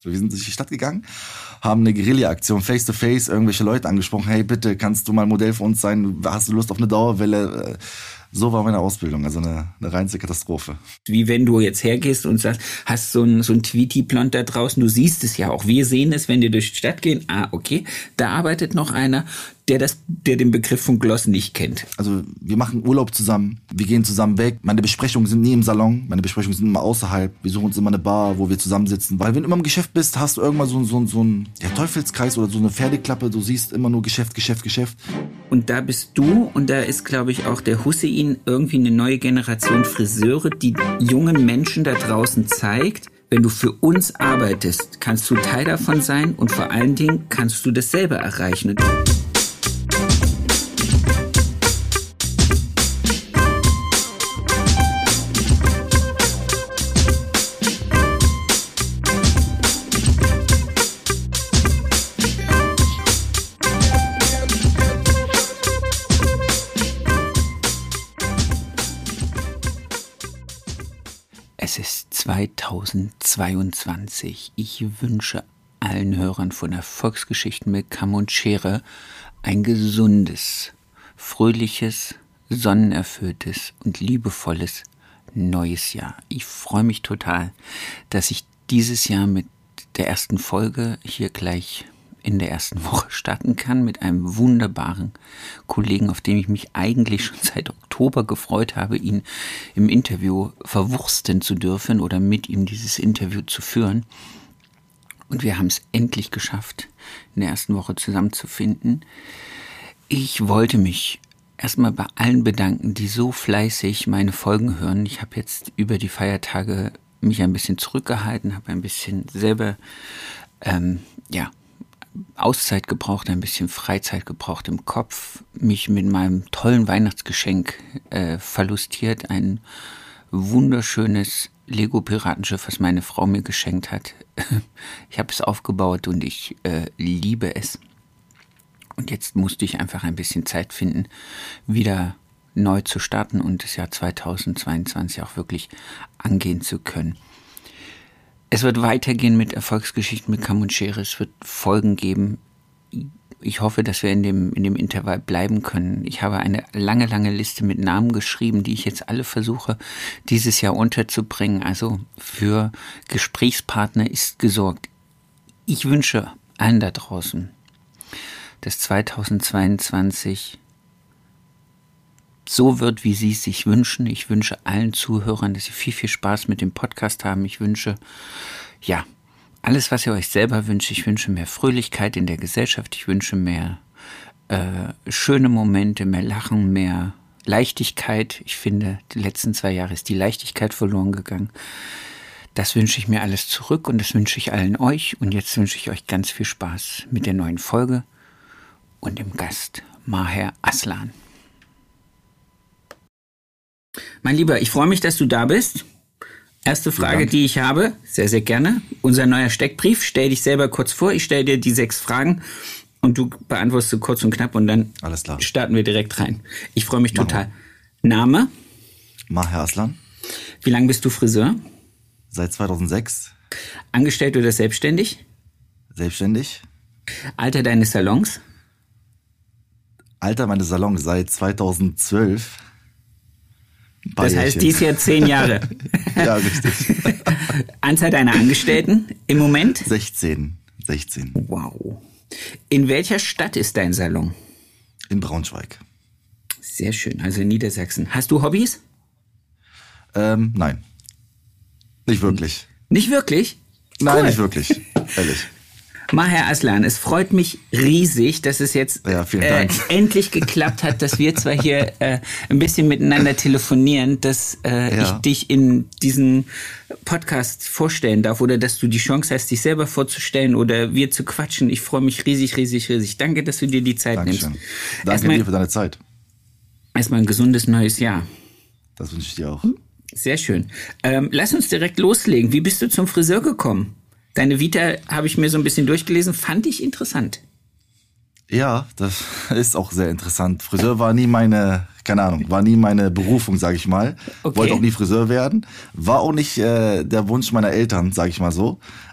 Wir sind durch die Stadt gegangen, haben eine Guerilla-Aktion, face-to-face, irgendwelche Leute angesprochen, hey, bitte, kannst du mal Modell für uns sein? Hast du Lust auf eine Dauerwelle? So war meine Ausbildung, also eine reinste Katastrophe. Wie wenn du jetzt hergehst und sagst, hast so ein Tweety-Blond da draußen, du siehst es ja auch, wir sehen es, wenn wir durch die Stadt gehen, okay, da arbeitet noch einer, der den Begriff von Gloss nicht kennt. Also wir machen Urlaub zusammen, wir gehen zusammen weg. Meine Besprechungen sind nie im Salon, meine Besprechungen sind immer außerhalb. Wir suchen uns immer eine Bar, wo wir zusammensitzen. Weil wenn du immer im Geschäft bist, hast du irgendwann so einen Teufelskreis oder so eine Pferdeklappe. Du siehst immer nur Geschäft, Geschäft, Geschäft. Und da bist du und da ist, glaube ich, auch der Hussein irgendwie eine neue Generation Friseure, die jungen Menschen da draußen zeigt, wenn du für uns arbeitest, kannst du Teil davon sein und vor allen Dingen kannst du das selber erreichen. Es ist 2022. Ich wünsche allen Hörern von Erfolgsgeschichten mit Kamm und Schere ein gesundes, fröhliches, sonnenerfülltes und liebevolles neues Jahr. Ich freue mich total, dass ich dieses Jahr mit der ersten Folge hier gleich in der ersten Woche starten kann mit einem wunderbaren Kollegen, auf den ich mich eigentlich schon seit Oktober gefreut habe, ihn im Interview verwursten zu dürfen oder mit ihm dieses Interview zu führen. Und wir haben es endlich geschafft, in der ersten Woche zusammenzufinden. Ich wollte mich erstmal bei allen bedanken, die so fleißig meine Folgen hören. Ich habe jetzt über die Feiertage mich ein bisschen zurückgehalten, habe ein bisschen selber, Auszeit gebraucht, ein bisschen Freizeit gebraucht im Kopf, mich mit meinem tollen Weihnachtsgeschenk verlustiert, ein wunderschönes Lego-Piratenschiff, was meine Frau mir geschenkt hat. Ich habe es aufgebaut und ich liebe es. Und jetzt musste ich einfach ein bisschen Zeit finden, wieder neu zu starten und das Jahr 2022 auch wirklich angehen zu können. Es wird weitergehen mit Erfolgsgeschichten mit Kamm und Schere. Es wird Folgen geben. Ich hoffe, dass wir in dem Intervall bleiben können. Ich habe eine lange, lange Liste mit Namen geschrieben, die ich jetzt alle versuche, dieses Jahr unterzubringen. Also für Gesprächspartner ist gesorgt. Ich wünsche allen da draußen, dass 2022 so wird, wie Sie es sich wünschen. Ich wünsche allen Zuhörern, dass Sie viel, viel Spaß mit dem Podcast haben. Ich wünsche, alles, was ihr euch selber wünscht. Ich wünsche mehr Fröhlichkeit in der Gesellschaft. Ich wünsche mehr schöne Momente, mehr Lachen, mehr Leichtigkeit. Ich finde, die letzten 2 Jahre ist die Leichtigkeit verloren gegangen. Das wünsche ich mir alles zurück und das wünsche ich allen euch. Und jetzt wünsche ich euch ganz viel Spaß mit der neuen Folge und dem Gast Maher Aslan. Mein Lieber, ich freue mich, dass du da bist. Erste Frage, die ich habe, sehr, sehr gerne. Unser neuer Steckbrief. Stell dich selber kurz vor. Ich stelle dir die 6 Fragen und du beantwortest so kurz und knapp und dann alles klar. Starten wir direkt rein. Ich freue mich total. Name? Maher Aslan. Wie lange bist du Friseur? Seit 2006. Angestellt oder selbstständig? Selbstständig. Alter deines Salons? Alter meines Salons seit 2012. Das heißt, dies Jahr 10 Jahre. Ja, richtig. Anzahl deiner Angestellten im Moment? 16. Wow. In welcher Stadt ist dein Salon? In Braunschweig. Sehr schön, also in Niedersachsen. Hast du Hobbys? Nein. Nicht wirklich. Nicht wirklich? Nein, cool. Nicht wirklich. Ehrlich. Maher Aslan, es freut mich riesig, dass es jetzt endlich geklappt hat, dass wir zwar hier ein bisschen miteinander telefonieren, dass ich dich in diesen Podcast vorstellen darf oder dass du die Chance hast, dich selber vorzustellen oder wir zu quatschen. Ich freue mich riesig, riesig, riesig. Danke, dass du dir die Zeit nimmst. Danke dir für deine Zeit. Erstmal ein gesundes neues Jahr. Das wünsche ich dir auch. Sehr schön. Lass uns direkt loslegen. Wie bist du zum Friseur gekommen? Deine Vita habe ich mir so ein bisschen durchgelesen, fand ich interessant. Ja, das ist auch sehr interessant. Friseur war nie meine Berufung, sage ich mal. Okay. Wollte auch nie Friseur werden. War auch nicht der Wunsch meiner Eltern, sage ich mal so.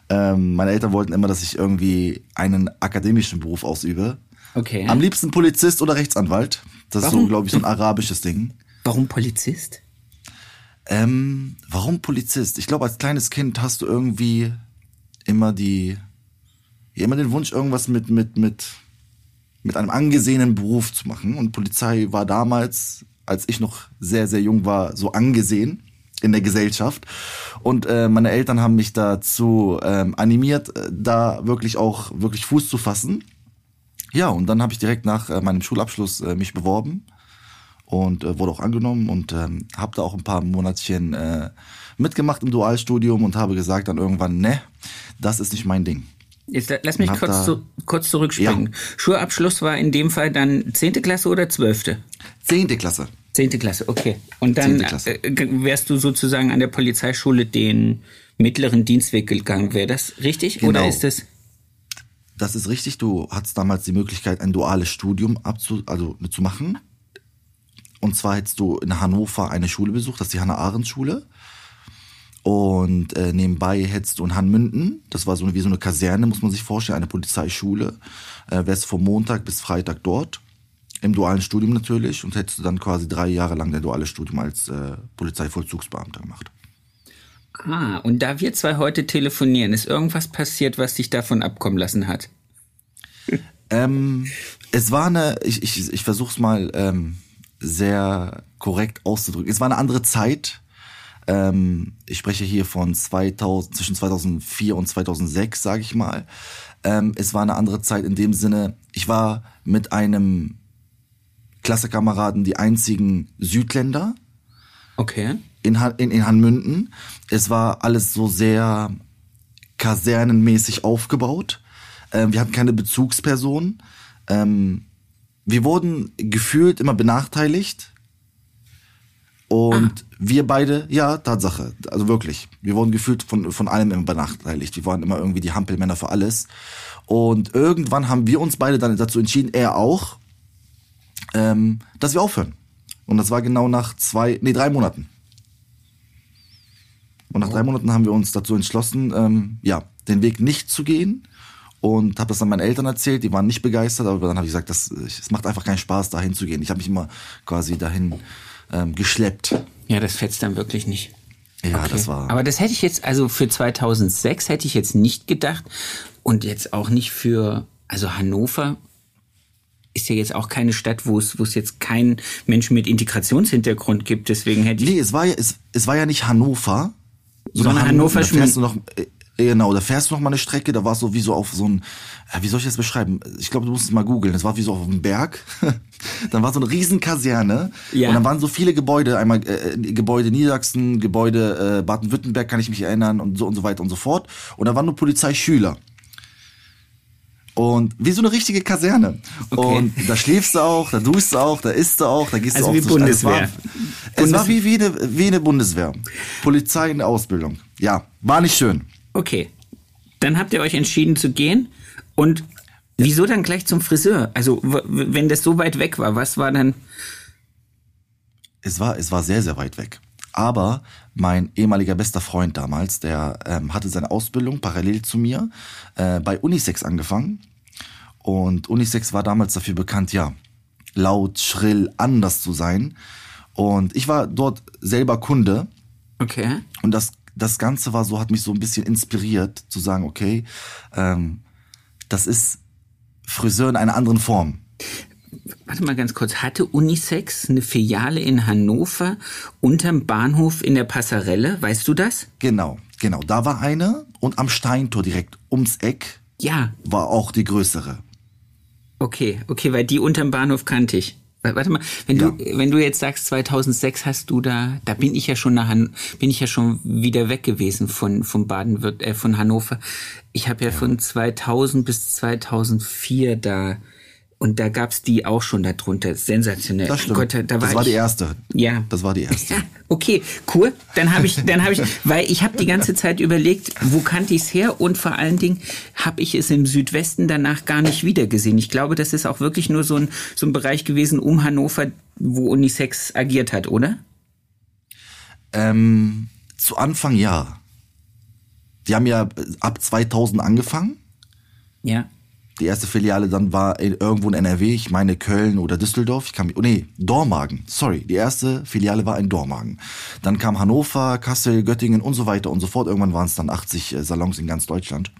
Meine Eltern wollten immer, dass ich irgendwie einen akademischen Beruf ausübe. Okay. Am liebsten Polizist oder Rechtsanwalt. Das ist so, glaube ich, so ein arabisches Ding. Warum Polizist? Warum Polizist? Ich glaube, als kleines Kind hast du irgendwie immer den Wunsch, irgendwas mit einem angesehenen Beruf zu machen. Und Polizei war damals, als ich noch sehr, sehr jung war, so angesehen in der Gesellschaft. Und meine Eltern haben mich dazu animiert, da wirklich Fuß zu fassen. Ja, und dann habe ich direkt nach meinem Schulabschluss mich beworben und wurde auch angenommen und habe da auch ein paar Monatchen mitgemacht im Dualstudium und habe gesagt dann irgendwann, ne, das ist nicht mein Ding. Jetzt lass mich kurz zurückspringen. Ja. Schulabschluss war in dem Fall dann 10. Klasse oder 12.? 10. Klasse. 10. Klasse, okay. Und dann wärst du sozusagen an der Polizeischule den mittleren Dienstweg gegangen. Wäre das richtig? Genau. Oder ist das? Das ist richtig. Du hattest damals die Möglichkeit, ein duales Studium zu machen. Und zwar hättest du in Hannover eine Schule besucht, das ist die Hannah-Arendt-Schule. Und nebenbei hättest du in Hanmünden, das war wie so eine Kaserne, muss man sich vorstellen, eine Polizeischule. Wärst du von Montag bis Freitag dort, im dualen Studium natürlich, und hättest du dann quasi 3 Jahre lang dein duales Studium als Polizeivollzugsbeamter gemacht. Und da wir zwei heute telefonieren, ist irgendwas passiert, was dich davon abkommen lassen hat? Es war ich versuch's mal sehr korrekt auszudrücken. Es war eine andere Zeit. Ich spreche hier von zwischen 2004 und 2006, sage ich mal. Es war eine andere Zeit in dem Sinne, ich war mit einem Klassenkameraden die einzigen Südländer. Okay. In Hanmünden. Es war alles so sehr kasernenmäßig aufgebaut. Wir hatten keine Bezugsperson. Wir wurden gefühlt immer benachteiligt. Und wir beide, ja, Tatsache, also wirklich. Wir wurden gefühlt von allem immer benachteiligt. Wir waren immer irgendwie die Hampelmänner für alles. Und irgendwann haben wir uns beide dann dazu entschieden, er auch, dass wir aufhören. Und das war genau nach 3 Monaten. Und nach 3 Monaten haben wir uns dazu entschlossen, den Weg nicht zu gehen. Und habe das dann meinen Eltern erzählt, die waren nicht begeistert, aber dann habe ich gesagt, es macht einfach keinen Spaß, dahin zu gehen. Ich habe mich immer quasi dahin geschleppt. Ja, das fetzt dann wirklich nicht. Ja, okay. Das war... Aber das hätte ich jetzt, also für 2006 hätte ich jetzt nicht gedacht und jetzt auch nicht also Hannover ist ja jetzt auch keine Stadt, wo es jetzt keinen Menschen mit Integrationshintergrund gibt, deswegen hätte ich... Nee, es war ja nicht Hannover, sondern Hannover da fährst du noch mal eine Strecke, da war es so wie so auf so ein, wie soll ich das beschreiben? Ich glaube, du musst es mal googeln. Das war wie so auf einem Berg. Dann war so eine riesen Kaserne. Ja. Und dann waren so viele Gebäude, einmal Gebäude Niedersachsen, Gebäude Baden-Württemberg, kann ich mich erinnern, und so weiter und so fort. Und da waren nur Polizeischüler. Und wie so eine richtige Kaserne. Okay. Und da schläfst du auch, da duschst du auch, da isst du auch, da gehst also du auch wie Bundeswehr. Es war wie eine Bundeswehr. Polizei in der Ausbildung. Ja, war nicht schön. Okay, dann habt ihr euch entschieden zu gehen und wieso dann gleich zum Friseur? Also wenn das so weit weg war, was war dann? Es war sehr, sehr weit weg. Aber mein ehemaliger bester Freund damals, der hatte seine Ausbildung parallel zu mir bei Unisex angefangen. Und Unisex war damals dafür bekannt, ja, laut, schrill, anders zu sein. Und ich war dort selber Kunde. Okay. Und das Ganze hat mich so ein bisschen inspiriert, zu sagen, okay, das ist Friseur in einer anderen Form. Warte mal ganz kurz, hatte Unisex eine Filiale in Hannover unterm Bahnhof in der Passarelle, weißt du das? Genau, da war eine und am Steintor direkt ums Eck war auch die größere. Okay, weil die unterm Bahnhof kannte ich. Warte mal, wenn du jetzt sagst 2006 hast du da bin ich ja schon wieder weg gewesen von Hannover. Ich habe ja von 2000 bis 2004 da und da gab's die auch schon da drunter. Sensationell. Das stimmt. Gott, das war die erste. Ja. Das war die erste. Ja, okay, cool. Dann habe ich, weil ich habe die ganze Zeit überlegt, wo kannte ich's her und vor allen Dingen habe ich es im Südwesten danach gar nicht wieder gesehen. Ich glaube, das ist auch wirklich nur so ein Bereich gewesen um Hannover, wo Unisex agiert hat, oder? Zu Anfang ja. Die haben ja ab 2000 angefangen. Ja. Die erste Filiale dann war irgendwo in NRW, ich meine Köln oder Düsseldorf. Dormagen. Sorry, die erste Filiale war in Dormagen. Dann kam Hannover, Kassel, Göttingen und so weiter und so fort. Irgendwann waren es dann 80 Salons in ganz Deutschland.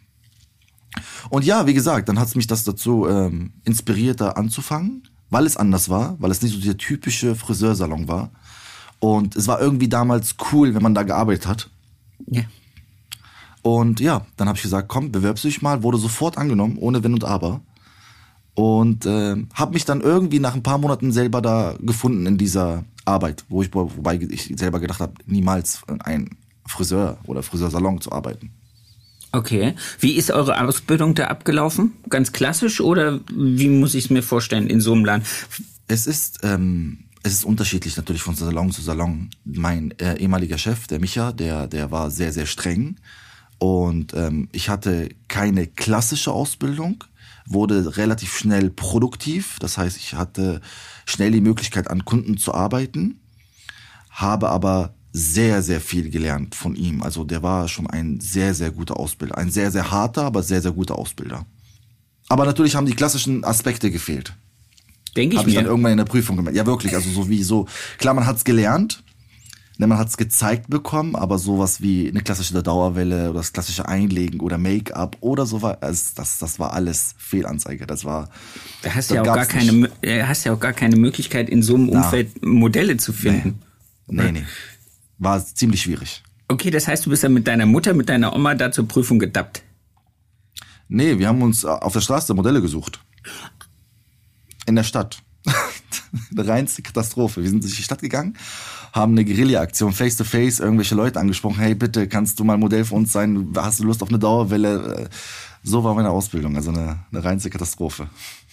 Und ja, wie gesagt, dann hat es mich das dazu inspiriert, da anzufangen, weil es anders war, weil es nicht so der typische Friseursalon war. Und es war irgendwie damals cool, wenn man da gearbeitet hat. Ja. Und ja, dann habe ich gesagt, komm, bewerbst du dich mal, wurde sofort angenommen, ohne Wenn und Aber. Und habe mich dann irgendwie nach ein paar Monaten selber da gefunden in dieser Arbeit, wobei ich selber gedacht habe, niemals in einem Friseur oder Friseursalon zu arbeiten. Okay. Wie ist eure Ausbildung da abgelaufen? Ganz klassisch oder wie muss ich es mir vorstellen in so einem Land? Es ist unterschiedlich natürlich von Salon zu Salon. Mein ehemaliger Chef, der Micha, der war sehr, sehr streng. Und ich hatte keine klassische Ausbildung, wurde relativ schnell produktiv. Das heißt, ich hatte schnell die Möglichkeit, an Kunden zu arbeiten, habe aber sehr, sehr viel gelernt von ihm. Also der war schon ein sehr, sehr guter Ausbilder. Ein sehr, sehr harter, aber sehr, sehr guter Ausbilder. Aber natürlich haben die klassischen Aspekte gefehlt. Denke ich Habe ich mir. dann irgendwann in der Prüfung gemerkt. Ja, wirklich. Also klar, man hat's gelernt. Man hat es gezeigt bekommen, aber sowas wie eine klassische Dauerwelle oder das klassische Einlegen oder Make-up oder so war, das war alles Fehlanzeige. Da hast du ja auch gar keine Möglichkeit, in so einem Umfeld Modelle zu finden. Nee. War ziemlich schwierig. Okay, das heißt, du bist dann mit deiner Mutter, mit deiner Oma da zur Prüfung gedappt? Nee, wir haben uns auf der Straße Modelle gesucht. In der Stadt. Eine reinste Katastrophe. Wir sind durch die Stadt gegangen, haben eine Guerilla-Aktion, face-to-face, irgendwelche Leute angesprochen, hey bitte, kannst du mal Modell für uns sein, hast du Lust auf eine Dauerwelle? So war meine Ausbildung, also eine reinste Katastrophe.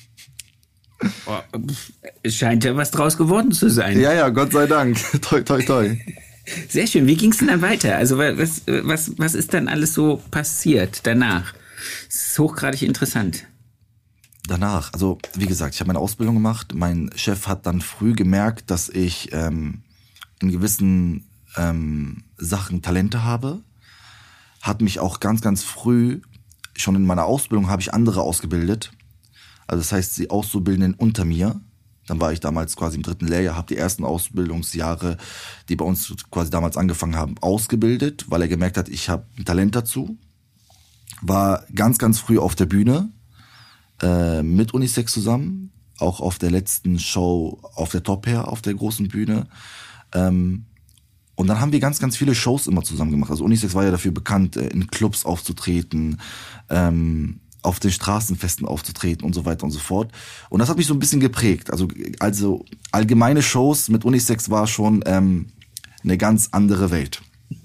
Oh, es scheint ja was draus geworden zu sein. Ja, Gott sei Dank. Toi, toi, toi. Sehr schön. Wie ging's denn dann weiter? Also was ist dann alles so passiert danach? Das ist hochgradig interessant. Danach, also wie gesagt, ich habe meine Ausbildung gemacht. Mein Chef hat dann früh gemerkt, dass ich in gewissen Sachen Talente habe. Hat mich auch ganz, ganz früh, schon in meiner Ausbildung, habe ich andere ausgebildet. Also das heißt, die Auszubildenden unter mir. Dann war ich damals quasi im 3. Lehrjahr, habe die ersten Ausbildungsjahre, die bei uns quasi damals angefangen haben, ausgebildet, weil er gemerkt hat, ich habe ein Talent dazu. War ganz, ganz früh auf der Bühne. Mit Unisex zusammen, auch auf der letzten Show auf der Top Hair, auf der großen Bühne. Und dann haben wir ganz, ganz viele Shows immer zusammen gemacht. Also Unisex war ja dafür bekannt, in Clubs aufzutreten, auf den Straßenfesten aufzutreten und so weiter und so fort. Und das hat mich so ein bisschen geprägt. Also allgemeine Shows mit Unisex war schon eine ganz andere Welt.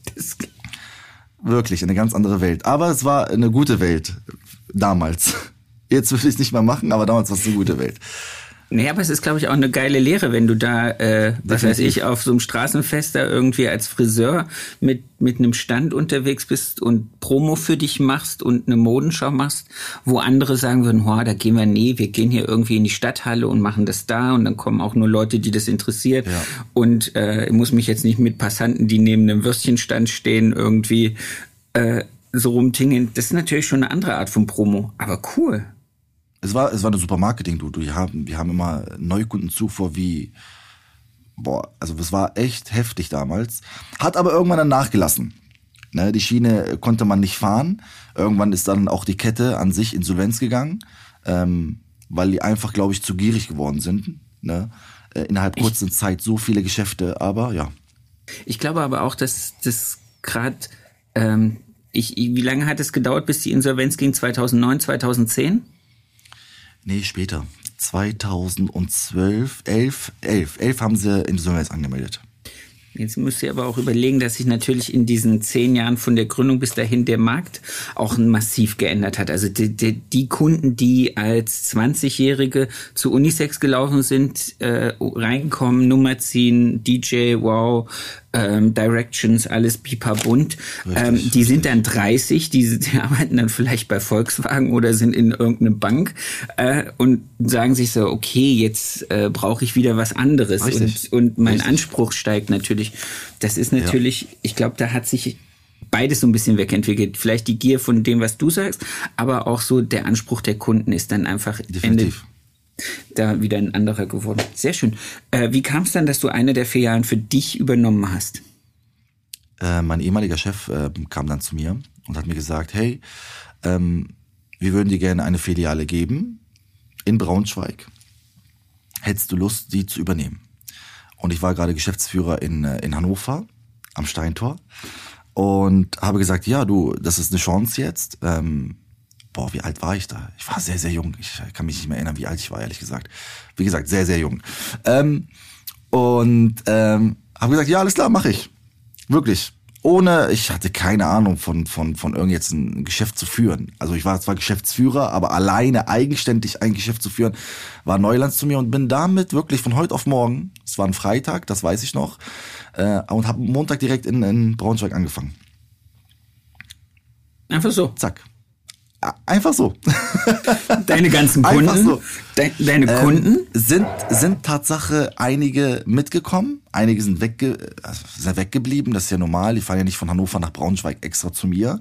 Wirklich, eine ganz andere Welt. Aber es war eine gute Welt damals. Jetzt würde ich es nicht mehr machen, aber damals war es eine gute Welt. Naja, aber es ist, glaube ich, auch eine geile Lehre, wenn du da, was weiß ich, auf so einem Straßenfest da irgendwie als Friseur mit einem Stand unterwegs bist und Promo für dich machst und eine Modenschau machst, wo andere sagen würden, da gehen wir gehen hier irgendwie in die Stadthalle und machen das da und dann kommen auch nur Leute, die das interessiert. Ja. Und ich muss mich jetzt nicht mit Passanten, die neben einem Würstchenstand stehen, irgendwie so rumtingeln. Das ist natürlich schon eine andere Art von Promo, aber cool. Es war eine super Marketing, wir haben immer Neukundenzufuhr also es war echt heftig damals. Hat aber irgendwann dann nachgelassen. Ne, die Schiene konnte man nicht fahren. Irgendwann ist dann auch die Kette an sich Insolvenz gegangen, weil die einfach, glaube ich, zu gierig geworden sind. Ne? Innerhalb kurzer Zeit so viele Geschäfte, aber ja. Ich glaube aber auch, dass das gerade, wie lange hat es gedauert, bis die Insolvenz ging? 2009, 2010? Nee, später. 2012, 11 haben sie Insolvenz angemeldet. Jetzt müsst ihr aber auch überlegen, dass sich natürlich in diesen 10 Jahren von der Gründung bis dahin der Markt auch massiv geändert hat. Also die Kunden, die als 20-Jährige zu Unisex gelaufen sind, reinkommen, Nummer ziehen, DJ, wow, Directions, alles pipabunt. Die sind dann 30, die arbeiten dann vielleicht bei Volkswagen oder sind in irgendeiner Bank und sagen sich so, okay, jetzt brauche ich wieder was anderes und mein Anspruch steigt natürlich. Das ist natürlich, ich glaube, da hat sich beides so ein bisschen wegentwickelt. Vielleicht die Gier von dem, was du sagst, aber auch so der Anspruch der Kunden ist dann einfach Definitiv. Da wieder ein anderer geworden. Sehr schön. Wie kam es dann, dass du eine der Filialen für dich übernommen hast? Mein ehemaliger Chef kam dann zu mir und hat mir gesagt, hey, wir würden dir gerne eine Filiale geben in Braunschweig. Hättest du Lust, die zu übernehmen? Und ich war gerade Geschäftsführer in Hannover am Steintor und habe gesagt, ja, du, das ist eine Chance jetzt. Wie alt war ich da? Ich war sehr, sehr jung. Ich kann mich nicht mehr erinnern, wie alt ich war, ehrlich gesagt. Wie gesagt, sehr, sehr jung. Habe gesagt, ja, alles klar, mache ich. Wirklich. Ich hatte keine Ahnung von irgend jetzt ein Geschäft zu führen. Also ich war zwar Geschäftsführer, aber alleine eigenständig ein Geschäft zu führen, war Neuland zu mir und bin damit wirklich von heute auf morgen, es war ein Freitag, das weiß ich noch, und habe Montag direkt in Braunschweig angefangen. Einfach so. Zack. Einfach so. Deine ganzen Kunden, Einfach so. Deine Kunden sind Tatsache einige mitgekommen, einige sind weggeblieben, das ist ja normal, die fahren ja nicht von Hannover nach Braunschweig extra zu mir.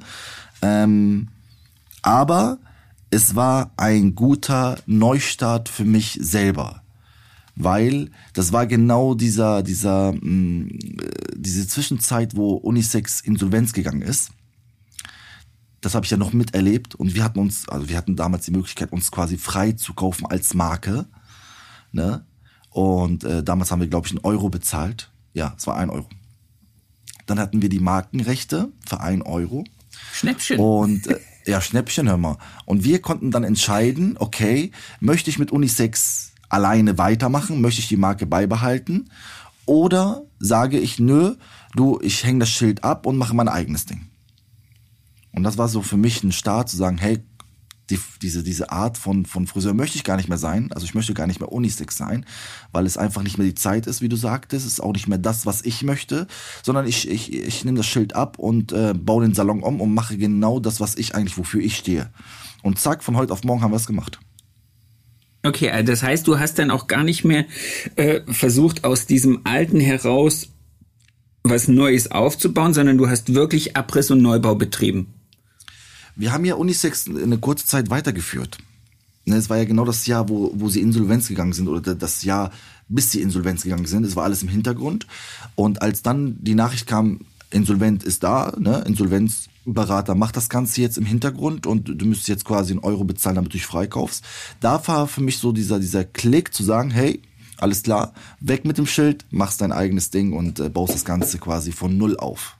Aber es war ein guter Neustart für mich selber, weil das war genau diese Zwischenzeit, wo Unisex Insolvenz gegangen ist. Das habe ich ja noch miterlebt und wir hatten damals die Möglichkeit, uns quasi frei zu kaufen als Marke, ne? Und damals haben wir, glaube ich, 1 Euro bezahlt. Ja, es war 1 Euro. Dann hatten wir die Markenrechte für 1 Euro. Schnäppchen. Und Schnäppchen, hör mal. Und wir konnten dann entscheiden, okay, möchte ich mit Unisex alleine weitermachen, möchte ich die Marke beibehalten oder sage ich, nö, ich hänge das Schild ab und mache mein eigenes Ding. Und das war so für mich ein Start, zu sagen, hey, diese Art von Friseur möchte ich gar nicht mehr sein. Also ich möchte gar nicht mehr Unisex sein, weil es einfach nicht mehr die Zeit ist, wie du sagtest. Es ist auch nicht mehr das, was ich möchte, sondern ich nehme das Schild ab und baue den Salon um und mache genau das, wofür ich stehe. Und zack, von heute auf morgen haben wir es gemacht. Okay, also das heißt, du hast dann auch gar nicht mehr versucht, aus diesem Alten heraus was Neues aufzubauen, sondern du hast wirklich Abriss und Neubau betrieben. Wir haben ja Unisex eine kurze Zeit weitergeführt. Es war ja genau das Jahr, wo sie Insolvenz gegangen sind oder das Jahr, bis sie Insolvenz gegangen sind. Es war alles im Hintergrund. Und als dann die Nachricht kam, Insolvent ist da, ne? Insolvenzberater macht das Ganze jetzt im Hintergrund und du müsstest jetzt quasi 1 Euro bezahlen, damit du dich freikaufst. Da war für mich so dieser Klick zu sagen, hey, alles klar, weg mit dem Schild, machst dein eigenes Ding und baust das Ganze quasi von null auf.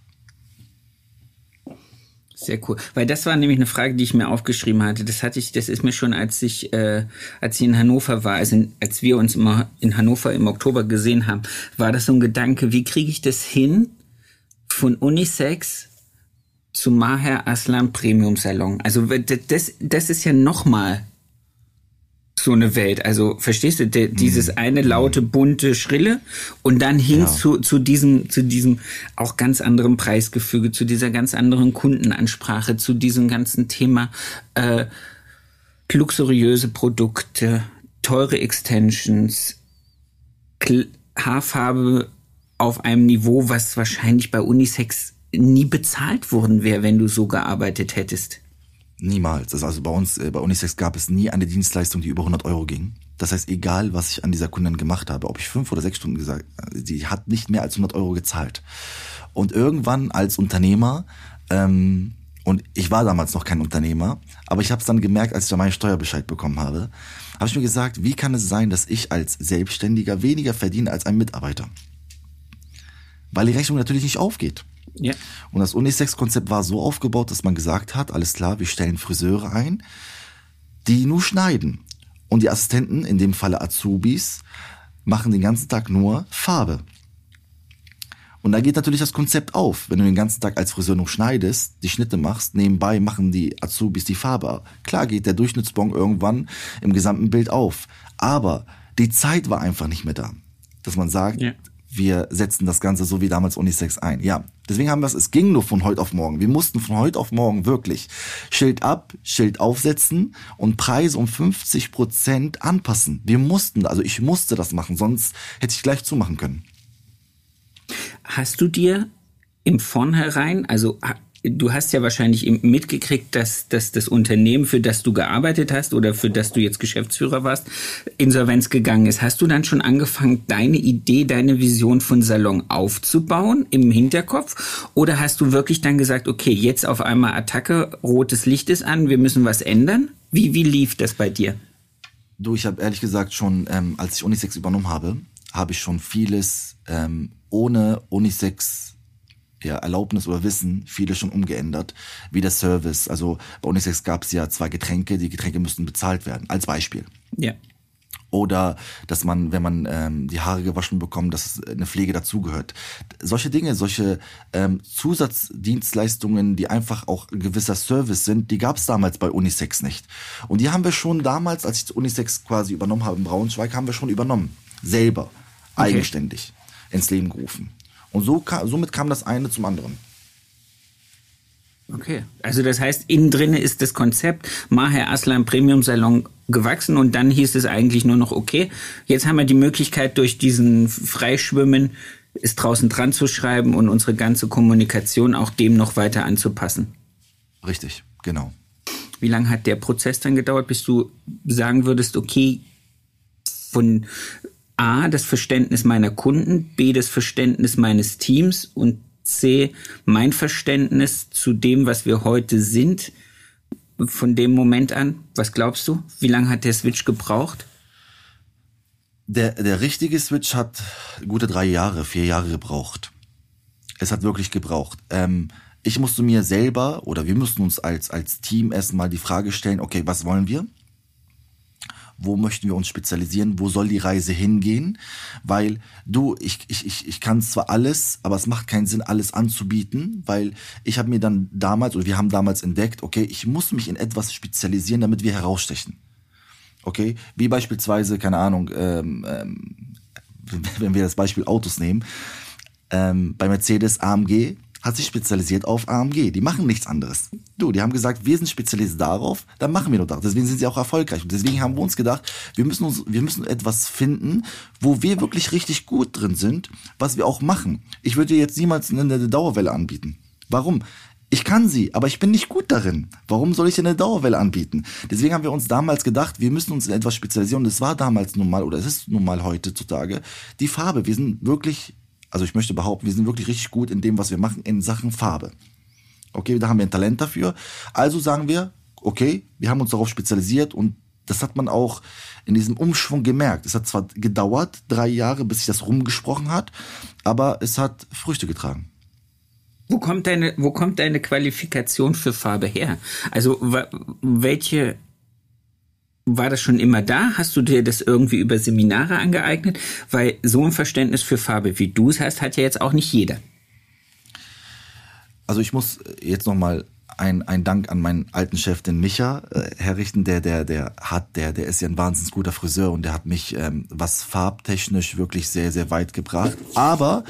Sehr cool, weil das war nämlich eine Frage, die ich mir aufgeschrieben hatte. Das ist mir schon, als ich in Hannover war, also als wir uns immer in Hannover im Oktober gesehen haben, war das so ein Gedanke, wie kriege ich das hin von Unisex zu Maher Aslan Premium Salon? Also das ist ja nochmal so eine Welt. Also verstehst du, dieses eine laute, bunte, schrille und dann hin zu diesem auch ganz anderen Preisgefüge, zu dieser ganz anderen Kundenansprache, zu diesem ganzen Thema luxuriöse Produkte, teure Extensions, Haarfarbe auf einem Niveau, was wahrscheinlich bei Unisex nie bezahlt worden wäre, wenn du so gearbeitet hättest. Niemals. Also bei Unisex gab es nie eine Dienstleistung, die über 100 Euro ging. Das heißt, egal, was ich an dieser Kundin gemacht habe, ob ich 5 oder 6 Stunden gesagt, die hat nicht mehr als 100 Euro gezahlt. Und irgendwann als Unternehmer, und ich war damals noch kein Unternehmer, aber ich habe es dann gemerkt, als ich da meinen Steuerbescheid bekommen habe ich mir gesagt, wie kann es sein, dass ich als Selbstständiger weniger verdiene als ein Mitarbeiter? Weil die Rechnung natürlich nicht aufgeht. Ja. Und das Unisex-Konzept war so aufgebaut, dass man gesagt hat, alles klar, wir stellen Friseure ein, die nur schneiden. Und die Assistenten, in dem Falle Azubis, machen den ganzen Tag nur Farbe. Und da geht natürlich das Konzept auf. Wenn du den ganzen Tag als Friseur nur schneidest, die Schnitte machst, nebenbei machen die Azubis die Farbe. Klar geht der Durchschnittsbon irgendwann im gesamten Bild auf. Aber die Zeit war einfach nicht mehr da. Dass man sagt, wir setzen das Ganze so wie damals Unisex ein. Ja, deswegen haben wir es ging nur von heute auf morgen. Wir mussten von heute auf morgen wirklich Schild ab, Schild aufsetzen und Preise um 50% anpassen. Ich musste das machen, sonst hätte ich gleich zumachen können. Hast du dir im Vornherein, also du hast ja wahrscheinlich mitgekriegt, dass das Unternehmen, für das du gearbeitet hast oder für das du jetzt Geschäftsführer warst, Insolvenz gegangen ist. Hast du dann schon angefangen, deine Idee, deine Vision von Salon aufzubauen im Hinterkopf? Oder hast du wirklich dann gesagt, okay, jetzt auf einmal Attacke, rotes Licht ist an, wir müssen was ändern? Wie lief das bei dir? Du, ich habe ehrlich gesagt schon, als ich Unisex übernommen habe ich schon vieles ohne Unisex Erlaubnis oder Wissen, viele schon umgeändert, wie der Service. Also bei Unisex gab es ja 2 Getränke, die Getränke müssten bezahlt werden, als Beispiel. Ja. Oder dass man, wenn man die Haare gewaschen bekommt, dass eine Pflege dazugehört. Solche Dinge, solche Zusatzdienstleistungen, die einfach auch ein gewisser Service sind, die gab es damals bei Unisex nicht. Und die haben wir schon damals, als ich Unisex quasi übernommen habe in Braunschweig, haben wir schon übernommen. Selber, eigenständig ins Leben gerufen. Und somit kam das eine zum anderen. Okay, also das heißt, innen drin ist das Konzept Maher Aslan Premium Salon gewachsen und dann hieß es eigentlich nur noch, okay, jetzt haben wir die Möglichkeit, durch diesen Freischwimmen es draußen dran zu schreiben und unsere ganze Kommunikation auch dem noch weiter anzupassen. Richtig, genau. Wie lange hat der Prozess dann gedauert, bis du sagen würdest, okay, von A, das Verständnis meiner Kunden, B, das Verständnis meines Teams und C, mein Verständnis zu dem, was wir heute sind, von dem Moment an? Was glaubst du? Wie lange hat der Switch gebraucht? Der richtige Switch hat gute 4 Jahre gebraucht. Es hat wirklich gebraucht. Ich musste mir selber, oder wir mussten uns als Team erstmal die Frage stellen, okay, was wollen wir? Wo möchten wir uns spezialisieren? Wo soll die Reise hingehen? Weil ich kann zwar alles, aber es macht keinen Sinn, alles anzubieten, weil ich habe mir dann damals, oder wir haben damals entdeckt, okay, ich muss mich in etwas spezialisieren, damit wir herausstechen. Okay? Wie beispielsweise, keine Ahnung, wenn wir das Beispiel Autos nehmen, bei Mercedes AMG hat sich spezialisiert auf AMG. Die machen nichts anderes. Die haben gesagt, wir sind spezialisiert darauf, dann machen wir nur das. Deswegen sind sie auch erfolgreich. Und deswegen haben wir uns gedacht, wir müssen etwas finden, wo wir wirklich richtig gut drin sind, was wir auch machen. Ich würde dir jetzt niemals eine Dauerwelle anbieten. Warum? Ich kann sie, aber ich bin nicht gut darin. Warum soll ich denn eine Dauerwelle anbieten? Deswegen haben wir uns damals gedacht, wir müssen uns in etwas spezialisieren. Und es war damals nun mal, oder es ist nun mal heutzutage, die Farbe. Wir sind wirklich, also ich möchte behaupten, wir sind wirklich richtig gut in dem, was wir machen, in Sachen Farbe. Okay, da haben wir ein Talent dafür. Also sagen wir, okay, wir haben uns darauf spezialisiert und das hat man auch in diesem Umschwung gemerkt. Es hat zwar gedauert, 3 Jahre, bis sich das rumgesprochen hat, aber es hat Früchte getragen. Wo kommt deine Qualifikation für Farbe her? Also welche, war das schon immer da? Hast du dir das irgendwie über Seminare angeeignet? Weil so ein Verständnis für Farbe, wie du es hast, hat ja jetzt auch nicht jeder. Also ich muss jetzt nochmal ein Dank an meinen alten Chef, den Micha, herrichten. Der ist ja ein wahnsinnig guter Friseur und der hat mich, was farbtechnisch wirklich sehr, sehr weit gebracht. Aber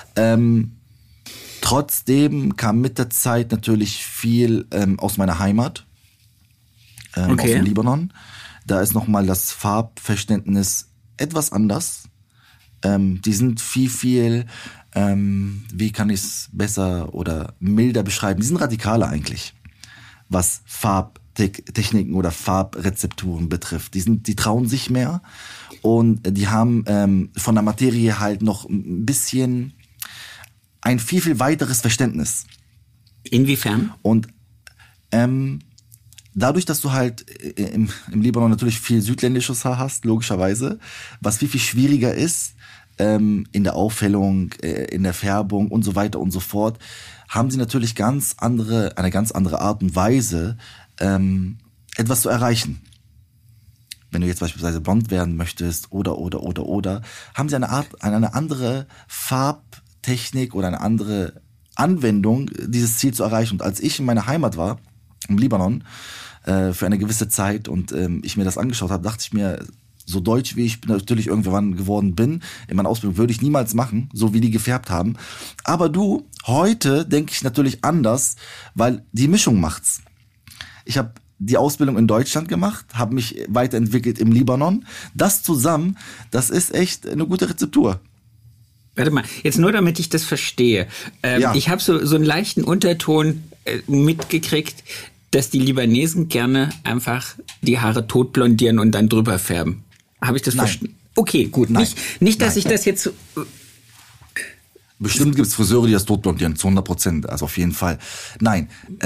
trotzdem kam mit der Zeit natürlich viel aus meiner Heimat, aus dem Libanon. Da ist nochmal das Farbverständnis etwas anders. Die sind viel, wie kann ich es besser oder milder beschreiben? Die sind radikaler eigentlich, was Farbtechniken oder Farbrezepturen betrifft. Die trauen sich mehr und die haben von der Materie halt noch ein bisschen ein viel weiteres Verständnis. Inwiefern? Und dadurch, dass du halt im Libanon natürlich viel südländisches Haar hast, logischerweise, was viel schwieriger ist, in der Aufhellung, in der Färbung und so weiter und so fort, haben sie natürlich eine ganz andere Art und Weise, etwas zu erreichen. Wenn du jetzt beispielsweise blond werden möchtest oder, haben sie eine andere Farbtechnik oder eine andere Anwendung, dieses Ziel zu erreichen. Und als ich in meiner Heimat war, im Libanon, für eine gewisse Zeit und ich mir das angeschaut habe, dachte ich mir, so deutsch wie ich natürlich irgendwann geworden bin, in meiner Ausbildung würde ich niemals machen, so wie die gefärbt haben. Aber heute denke ich natürlich anders, weil die Mischung macht's. Ich habe die Ausbildung in Deutschland gemacht, habe mich weiterentwickelt im Libanon. Das zusammen, das ist echt eine gute Rezeptur. Warte mal, jetzt nur damit ich das verstehe. Ja. Ich habe so einen leichten Unterton mitgekriegt, dass die Libanesen gerne einfach die Haare tot blondieren und dann drüber färben. Habe ich das verstanden? Okay, gut. Nein. Nicht, dass ich das jetzt... Bestimmt gibt es Friseure, die das tot blondieren, zu 100%, also auf jeden Fall. Nein,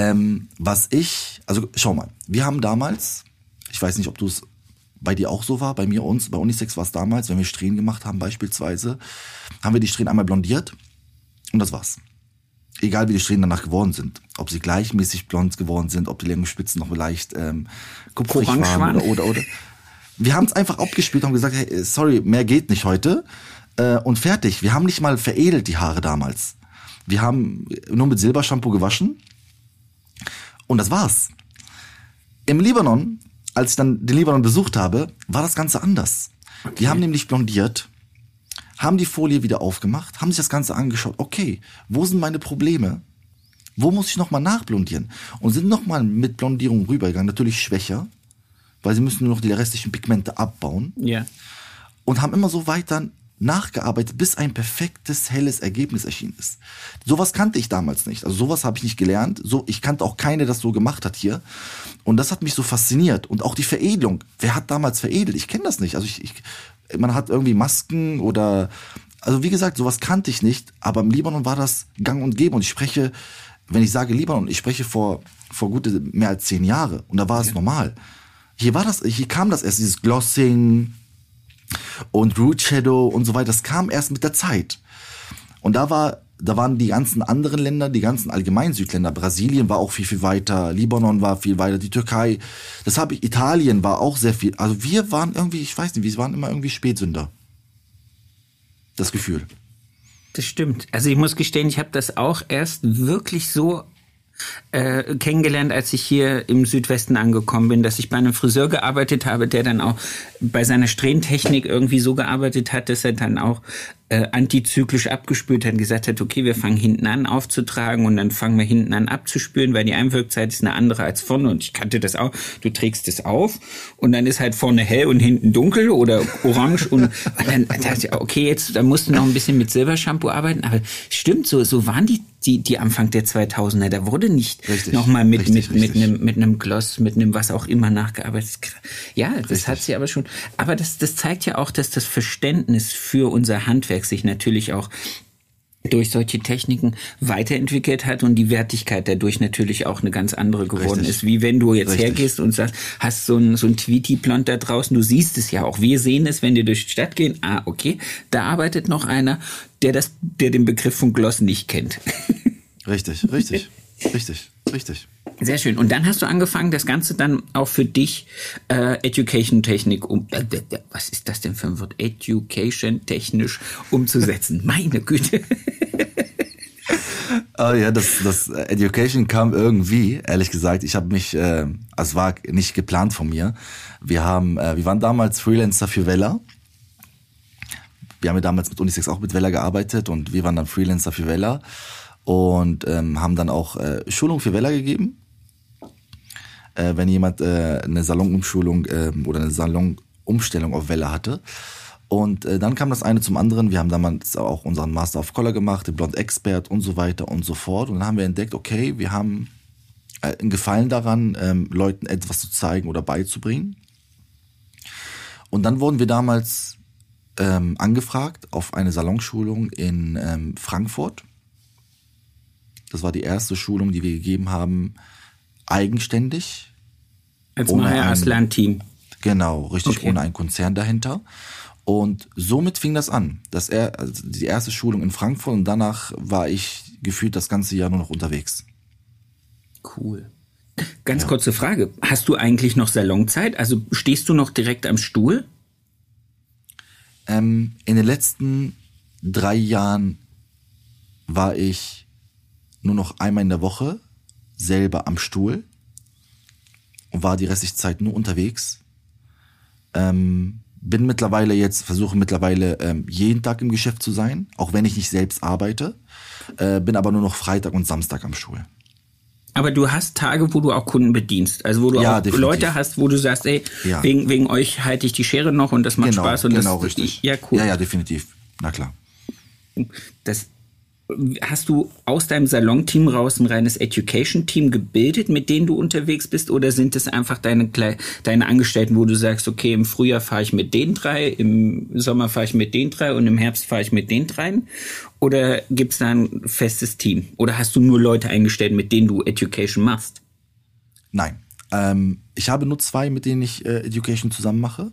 also schau mal, wir haben damals, ich weiß nicht, ob du es bei dir auch so war, bei Unisex war es damals, wenn wir Strähnen gemacht haben beispielsweise, haben wir die Strähnen einmal blondiert und das war's. Egal wie die Strähnen danach geworden sind, ob sie gleichmäßig blond geworden sind, ob die langen Spitzen noch leicht kupferig waren oder. Wir haben es einfach abgespielt und gesagt, hey, sorry, mehr geht nicht heute. Und fertig. Wir haben nicht mal veredelt die Haare damals. Wir haben nur mit Silbershampoo gewaschen. Und das war's. Im Libanon, als ich dann den Libanon besucht habe, war das Ganze anders. Okay. Die haben nämlich blondiert, haben die Folie wieder aufgemacht, haben sich das Ganze angeschaut. Okay, wo sind meine Probleme? Wo muss ich nochmal nachblondieren? Und sind nochmal mit Blondierung rübergegangen. Natürlich schwächer, weil sie müssen nur noch die restlichen Pigmente abbauen. Ja. Und haben immer so weiter nachgearbeitet, bis ein perfektes, helles Ergebnis erschienen ist. Sowas kannte ich damals nicht. Also sowas habe ich nicht gelernt. Ich kannte auch keine, das so gemacht hat hier. Und das hat mich so fasziniert. Und auch die Veredelung. Wer hat damals veredelt? Ich kenne das nicht. Also man hat irgendwie Masken oder... Also wie gesagt, sowas kannte ich nicht. Aber im Libanon war das gang und gäbe. Und ich spreche, wenn ich sage Libanon, ich spreche vor gute mehr als 10 Jahre. Und da war es normal. Hier kam das erst, dieses Glossing und Root Shadow und so weiter, das kam erst mit der Zeit. Und da waren die ganzen anderen Länder, die ganzen allgemein Südländer, Brasilien war auch viel, viel weiter, Libanon war viel weiter, die Türkei, Italien war auch sehr viel, also wir waren irgendwie, ich weiß nicht, wir waren immer irgendwie Spätsünder. Das Gefühl. Das stimmt. Also ich muss gestehen, ich habe das auch erst wirklich so kennengelernt, als ich hier im Südwesten angekommen bin, dass ich bei einem Friseur gearbeitet habe, der dann auch bei seiner Strähnentechnik irgendwie so gearbeitet hat, dass er dann auch antizyklisch abgespült hat und gesagt hat, okay, wir fangen hinten an aufzutragen und dann fangen wir hinten an abzuspülen, weil die Einwirkzeit ist eine andere als vorne und ich kannte das auch. Du trägst es auf und dann ist halt vorne hell und hinten dunkel oder orange und dann dachte ich, okay, jetzt da musst du noch ein bisschen mit Silbershampoo arbeiten, aber stimmt, so waren die Anfang der 2000er, da wurde nicht nochmal mit einem Gloss, mit einem was auch immer nachgearbeitet. Ja, das hat sie aber schon. Aber das zeigt ja auch, dass das Verständnis für unser Handwerk sich natürlich auch durch solche Techniken weiterentwickelt hat und die Wertigkeit dadurch natürlich auch eine ganz andere geworden ist. Wie wenn du jetzt hergehst und sagst, hast so ein Tweety-Blond da draußen, du siehst es ja auch. Wir sehen es, wenn wir durch die Stadt gehen. Ah, okay, da arbeitet noch einer, der den Begriff von Gloss nicht kennt. Richtig. Sehr schön. Und dann hast du angefangen, das Ganze dann auch für dich Education-Technik was ist das denn für ein Wort? Education-technisch umzusetzen. Meine Güte. Oh ja, das Education kam irgendwie, ehrlich gesagt. Ich habe mich, es war nicht geplant von mir. Wir waren damals Freelancer für Wella. Wir haben ja damals mit Unisex auch mit Wella gearbeitet und wir waren dann Freelancer für Wella. Und haben dann auch Schulung für Wella gegeben. Wenn jemand eine Salonumschulung oder eine Salonumstellung auf Wella hatte. Und dann kam das eine zum anderen. Wir haben damals auch unseren Master of Color gemacht, den Blond Expert und so weiter und so fort. Und dann haben wir entdeckt, okay, wir haben einen Gefallen daran, Leuten etwas zu zeigen oder beizubringen. Und dann wurden wir damals angefragt auf eine Salonschulung in Frankfurt. Das war die erste Schulung, die wir gegeben haben, eigenständig. Als Maher Aslan-Team. Genau, richtig, okay. Ohne einen Konzern dahinter. Und somit fing das an. Die erste Schulung in Frankfurt und danach war ich gefühlt das ganze Jahr nur noch unterwegs. Cool. Ganz kurze Frage. Hast du eigentlich noch Salonzeit? Also stehst du noch direkt am Stuhl? In den letzten 3 Jahren war ich nur noch einmal in der Woche selber am Stuhl und war die restliche Zeit nur unterwegs. Versuche mittlerweile jeden Tag im Geschäft zu sein, auch wenn ich nicht selbst arbeite, bin aber nur noch Freitag und Samstag am Stuhl. Aber du hast Tage, wo du auch Kunden bedienst, also wo du auch definitiv Leute hast, wo du sagst, ey, wegen euch halte ich die Schere noch und das macht Spaß. Und richtig. Ja, cool. Ja, definitiv. Na klar. Hast du aus deinem Salon-Team raus ein reines Education-Team gebildet, mit denen du unterwegs bist? Oder sind es einfach deine Angestellten, wo du sagst, okay, im Frühjahr fahre ich mit den 3, im Sommer fahre ich mit den 3 und im Herbst fahre ich mit den 3? Oder gibt es da ein festes Team? Oder hast du nur Leute eingestellt, mit denen du Education machst? Nein. Ich habe nur 2, mit denen ich Education zusammen mache.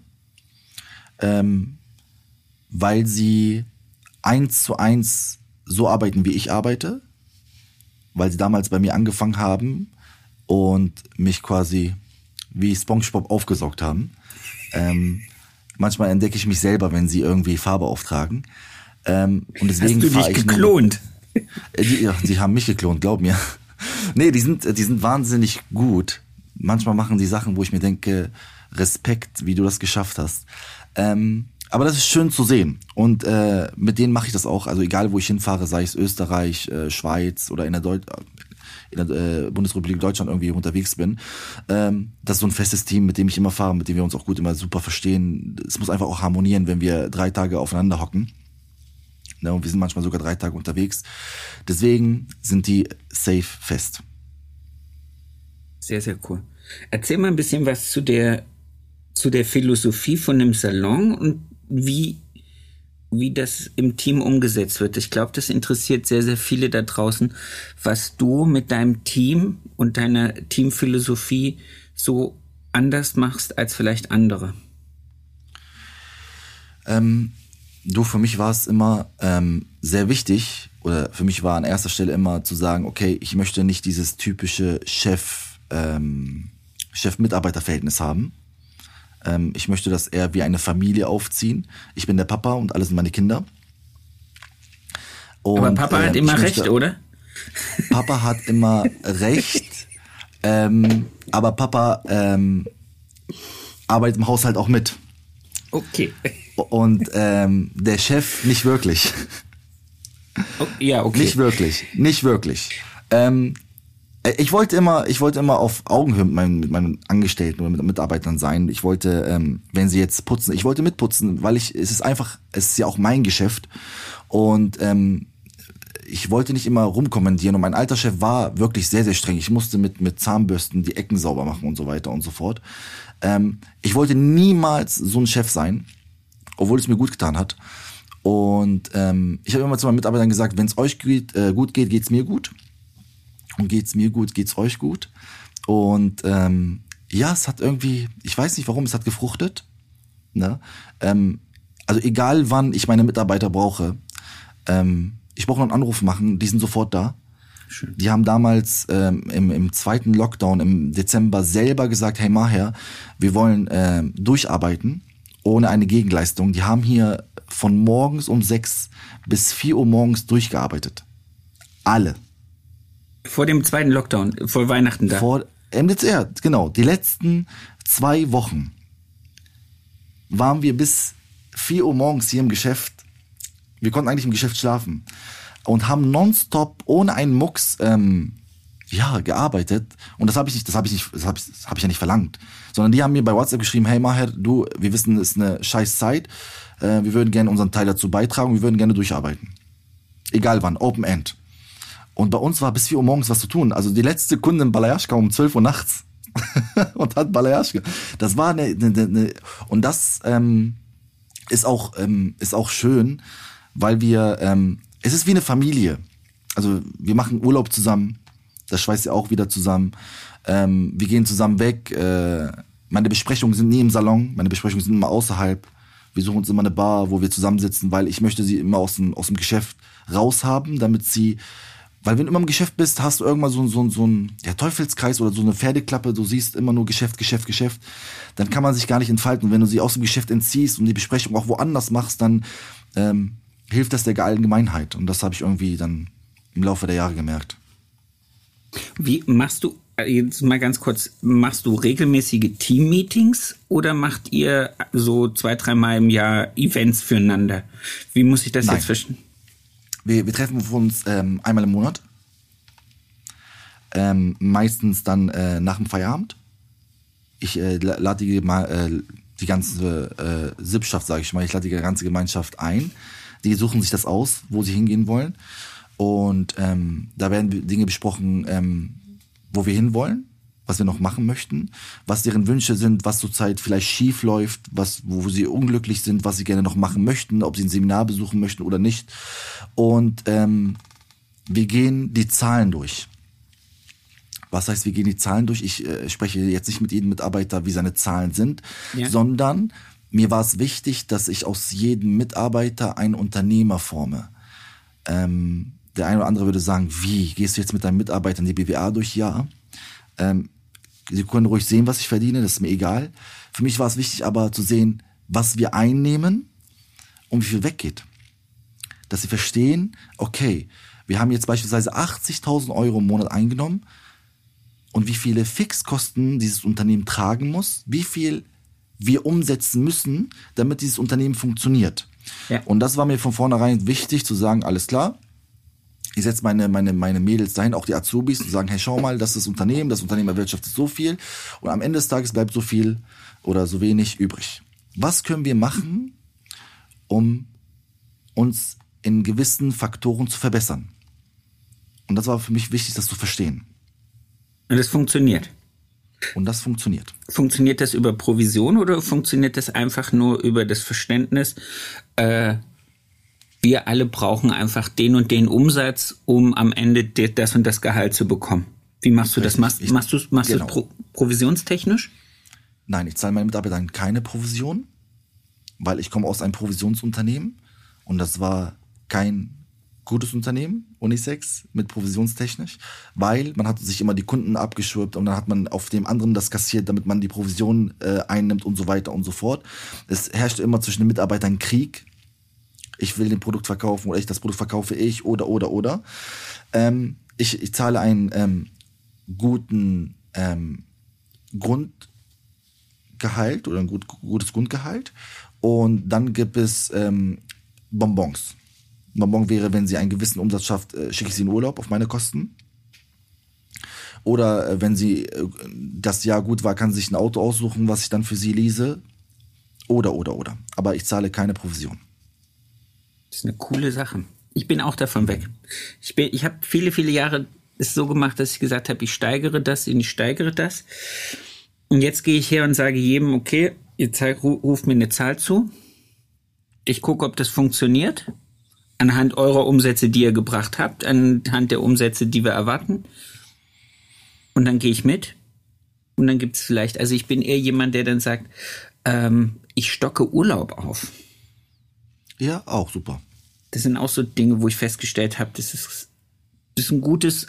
Weil sie 1:1 so arbeiten, wie ich arbeite, weil sie damals bei mir angefangen haben und mich quasi wie SpongeBob aufgesaugt haben. Manchmal entdecke ich mich selber, wenn sie irgendwie Farbe auftragen. Und deswegen hast du dich geklont? Die haben mich geklont, glaub mir. Nee, die sind wahnsinnig gut. Manchmal machen die Sachen, wo ich mir denke, Respekt, wie du das geschafft hast. Aber das ist schön zu sehen. Und mit denen mache ich das auch. Also egal, wo ich hinfahre, sei es Österreich, Schweiz oder in der Bundesrepublik Deutschland irgendwie unterwegs bin. Das ist so ein festes Team, mit dem ich immer fahre, mit dem wir uns auch gut immer super verstehen. Es muss einfach auch harmonieren, wenn wir 3 Tage aufeinander hocken. Ja, und wir sind manchmal sogar 3 Tage unterwegs. Deswegen sind die safe fest. Sehr, sehr cool. Erzähl mal ein bisschen was zu der Philosophie von dem Salon und wie das im Team umgesetzt wird. Ich glaube, das interessiert sehr, sehr viele da draußen, was du mit deinem Team und deiner Teamphilosophie so anders machst als vielleicht andere. Für mich war es immer sehr wichtig, oder für mich war an erster Stelle immer zu sagen, okay, ich möchte nicht dieses typische Chef-Mitarbeiter-Verhältnis haben. Ich möchte das eher wie eine Familie aufziehen. Ich bin der Papa und alle sind meine Kinder. Und, aber Papa hat immer recht, oder? Papa hat immer recht, aber Papa arbeitet im Haushalt auch mit. Okay. Und der Chef nicht wirklich. Oh, ja, okay. Nicht wirklich. Ich wollte immer auf Augenhöhe mit meinen Angestellten oder mit Mitarbeitern sein. Ich wollte, wenn sie jetzt putzen, ich wollte mitputzen, weil es ist ja auch mein Geschäft. Und ich wollte nicht immer rumkommandieren. Und mein alter Chef war wirklich sehr, sehr streng. Ich musste mit Zahnbürsten die Ecken sauber machen und so weiter und so fort. Ich wollte niemals so ein Chef sein, obwohl es mir gut getan hat. Und ich habe immer zu meinen Mitarbeitern gesagt, wenn es euch gut geht, geht's mir gut. Und geht's mir gut, geht's euch gut. Und es hat irgendwie, ich weiß nicht warum, es hat gefruchtet. Ne? Also egal wann ich meine Mitarbeiter brauche, ich brauche noch einen Anruf machen, die sind sofort da. Schön. Die haben damals im 2. Lockdown im Dezember selber gesagt, hey Maher, wir wollen durcharbeiten ohne eine Gegenleistung. Die haben hier von morgens um 6 bis 4 Uhr morgens durchgearbeitet. Alle. Vor dem 2. Lockdown, vor Weihnachten da. Vor MDCR, genau. Die letzten 2 Wochen waren wir bis 4 Uhr morgens hier im Geschäft. Wir konnten eigentlich im Geschäft schlafen. Und haben nonstop, ohne einen Mucks, gearbeitet. Und das habe ich ja nicht verlangt. Sondern die haben mir bei WhatsApp geschrieben, hey Maher, wir wissen, es ist eine scheiß Zeit. Wir würden gerne unseren Teil dazu beitragen. Wir würden gerne durcharbeiten. Egal wann, Open End. Und bei uns war bis 4 Uhr morgens was zu tun. Also die letzte Kundin Balayaschka um 12 Uhr nachts. Und hat Balayaschka. Das war und das ist auch schön, weil wir, es ist wie eine Familie. Also wir machen Urlaub zusammen. Das schweißt ja auch wieder zusammen. Wir gehen zusammen weg. Meine Besprechungen sind nie im Salon. Meine Besprechungen sind immer außerhalb. Wir suchen uns immer eine Bar, wo wir zusammensitzen, weil ich möchte sie immer aus dem Geschäft raushaben, weil wenn du immer im Geschäft bist, hast du irgendwann so einen Teufelskreis oder so eine Pferdeklappe, du siehst immer nur Geschäft, Geschäft, Geschäft, dann kann man sich gar nicht entfalten. Und wenn du sie aus dem Geschäft entziehst und die Besprechung auch woanders machst, dann hilft das der Allgemeinheit. Und das habe ich irgendwie dann im Laufe der Jahre gemerkt. Wie machst du, jetzt mal ganz kurz, machst du regelmäßige Team-Meetings oder macht ihr so 2-3 Mal im Jahr Events füreinander? Wie muss ich das jetzt verstehen? Wir treffen uns einmal im Monat. Meistens dann nach dem Feierabend. Ich lade die ganze Sippschaft, sage ich mal, ich lade die ganze Gemeinschaft ein. Die suchen sich das aus, wo sie hingehen wollen. Und da werden Dinge besprochen, wo wir hinwollen, was wir noch machen möchten, was deren Wünsche sind, was zurzeit vielleicht schief läuft, wo sie unglücklich sind, was sie gerne noch machen möchten, ob sie ein Seminar besuchen möchten oder nicht. Und wir gehen die Zahlen durch. Was heißt, wir gehen die Zahlen durch? Ich spreche jetzt nicht mit jedem Mitarbeiter, wie seine Zahlen sind, sondern mir war es wichtig, dass ich aus jedem Mitarbeiter einen Unternehmer forme. Der eine oder andere würde sagen, wie? Gehst du jetzt mit deinen Mitarbeitern die BWA durch? Ja. Sie können ruhig sehen, was ich verdiene, das ist mir egal. Für mich war es wichtig aber zu sehen, was wir einnehmen und wie viel weggeht. Dass sie verstehen, okay, wir haben jetzt beispielsweise 80.000 Euro im Monat eingenommen und wie viele Fixkosten dieses Unternehmen tragen muss, wie viel wir umsetzen müssen, damit dieses Unternehmen funktioniert. Ja. Und das war mir von vornherein wichtig, zu sagen, alles klar, ich setze meine Mädels dahin, auch die Azubis, und sagen, hey, schau mal, das Unternehmen erwirtschaftet so viel und am Ende des Tages bleibt so viel oder so wenig übrig. Was können wir machen, um uns in gewissen Faktoren zu verbessern? Und das war für mich wichtig, das zu verstehen. Und das funktioniert? Und das funktioniert. Funktioniert das über Provision oder funktioniert das einfach nur über das Verständnis, wir alle brauchen einfach den und den Umsatz, um am Ende das und das Gehalt zu bekommen? Wie machst du das? Machst du es provisionstechnisch? Nein, ich zahle meinen Mitarbeitern keine Provision, weil ich komme aus einem Provisionsunternehmen und das war kein gutes Unternehmen, Unisex, mit provisionstechnisch, weil man hat sich immer die Kunden abgeschwirbt und dann hat man auf dem anderen das kassiert, damit man die Provision einnimmt und so weiter und so fort. Es herrschte immer zwischen den Mitarbeitern Krieg. Ich will den Produkt verkaufen oder das Produkt verkaufe ich oder. Ich zahle einen guten Grundgehalt oder ein gutes Grundgehalt und dann gibt es Bonbons. Bonbon wäre, wenn sie einen gewissen Umsatz schafft, schicke ich sie in Urlaub auf meine Kosten. Oder wenn sie das Jahr gut war, kann sie sich ein Auto aussuchen, was ich dann für sie lease. Oder. Aber ich zahle keine Provision. Das ist eine coole Sache. Ich bin auch davon weg. Ich habe viele, viele Jahre es so gemacht, dass ich gesagt habe, ich steigere das. Und jetzt gehe ich her und sage jedem, okay, ruft mir eine Zahl zu. Ich gucke, ob das funktioniert. Anhand eurer Umsätze, die ihr gebracht habt, anhand der Umsätze, die wir erwarten. Und dann gehe ich mit. Und dann gibt es vielleicht, also ich bin eher jemand, der dann sagt, ich stocke Urlaub auf. Ja, auch super. Das sind auch so Dinge, wo ich festgestellt habe, das ist ein gutes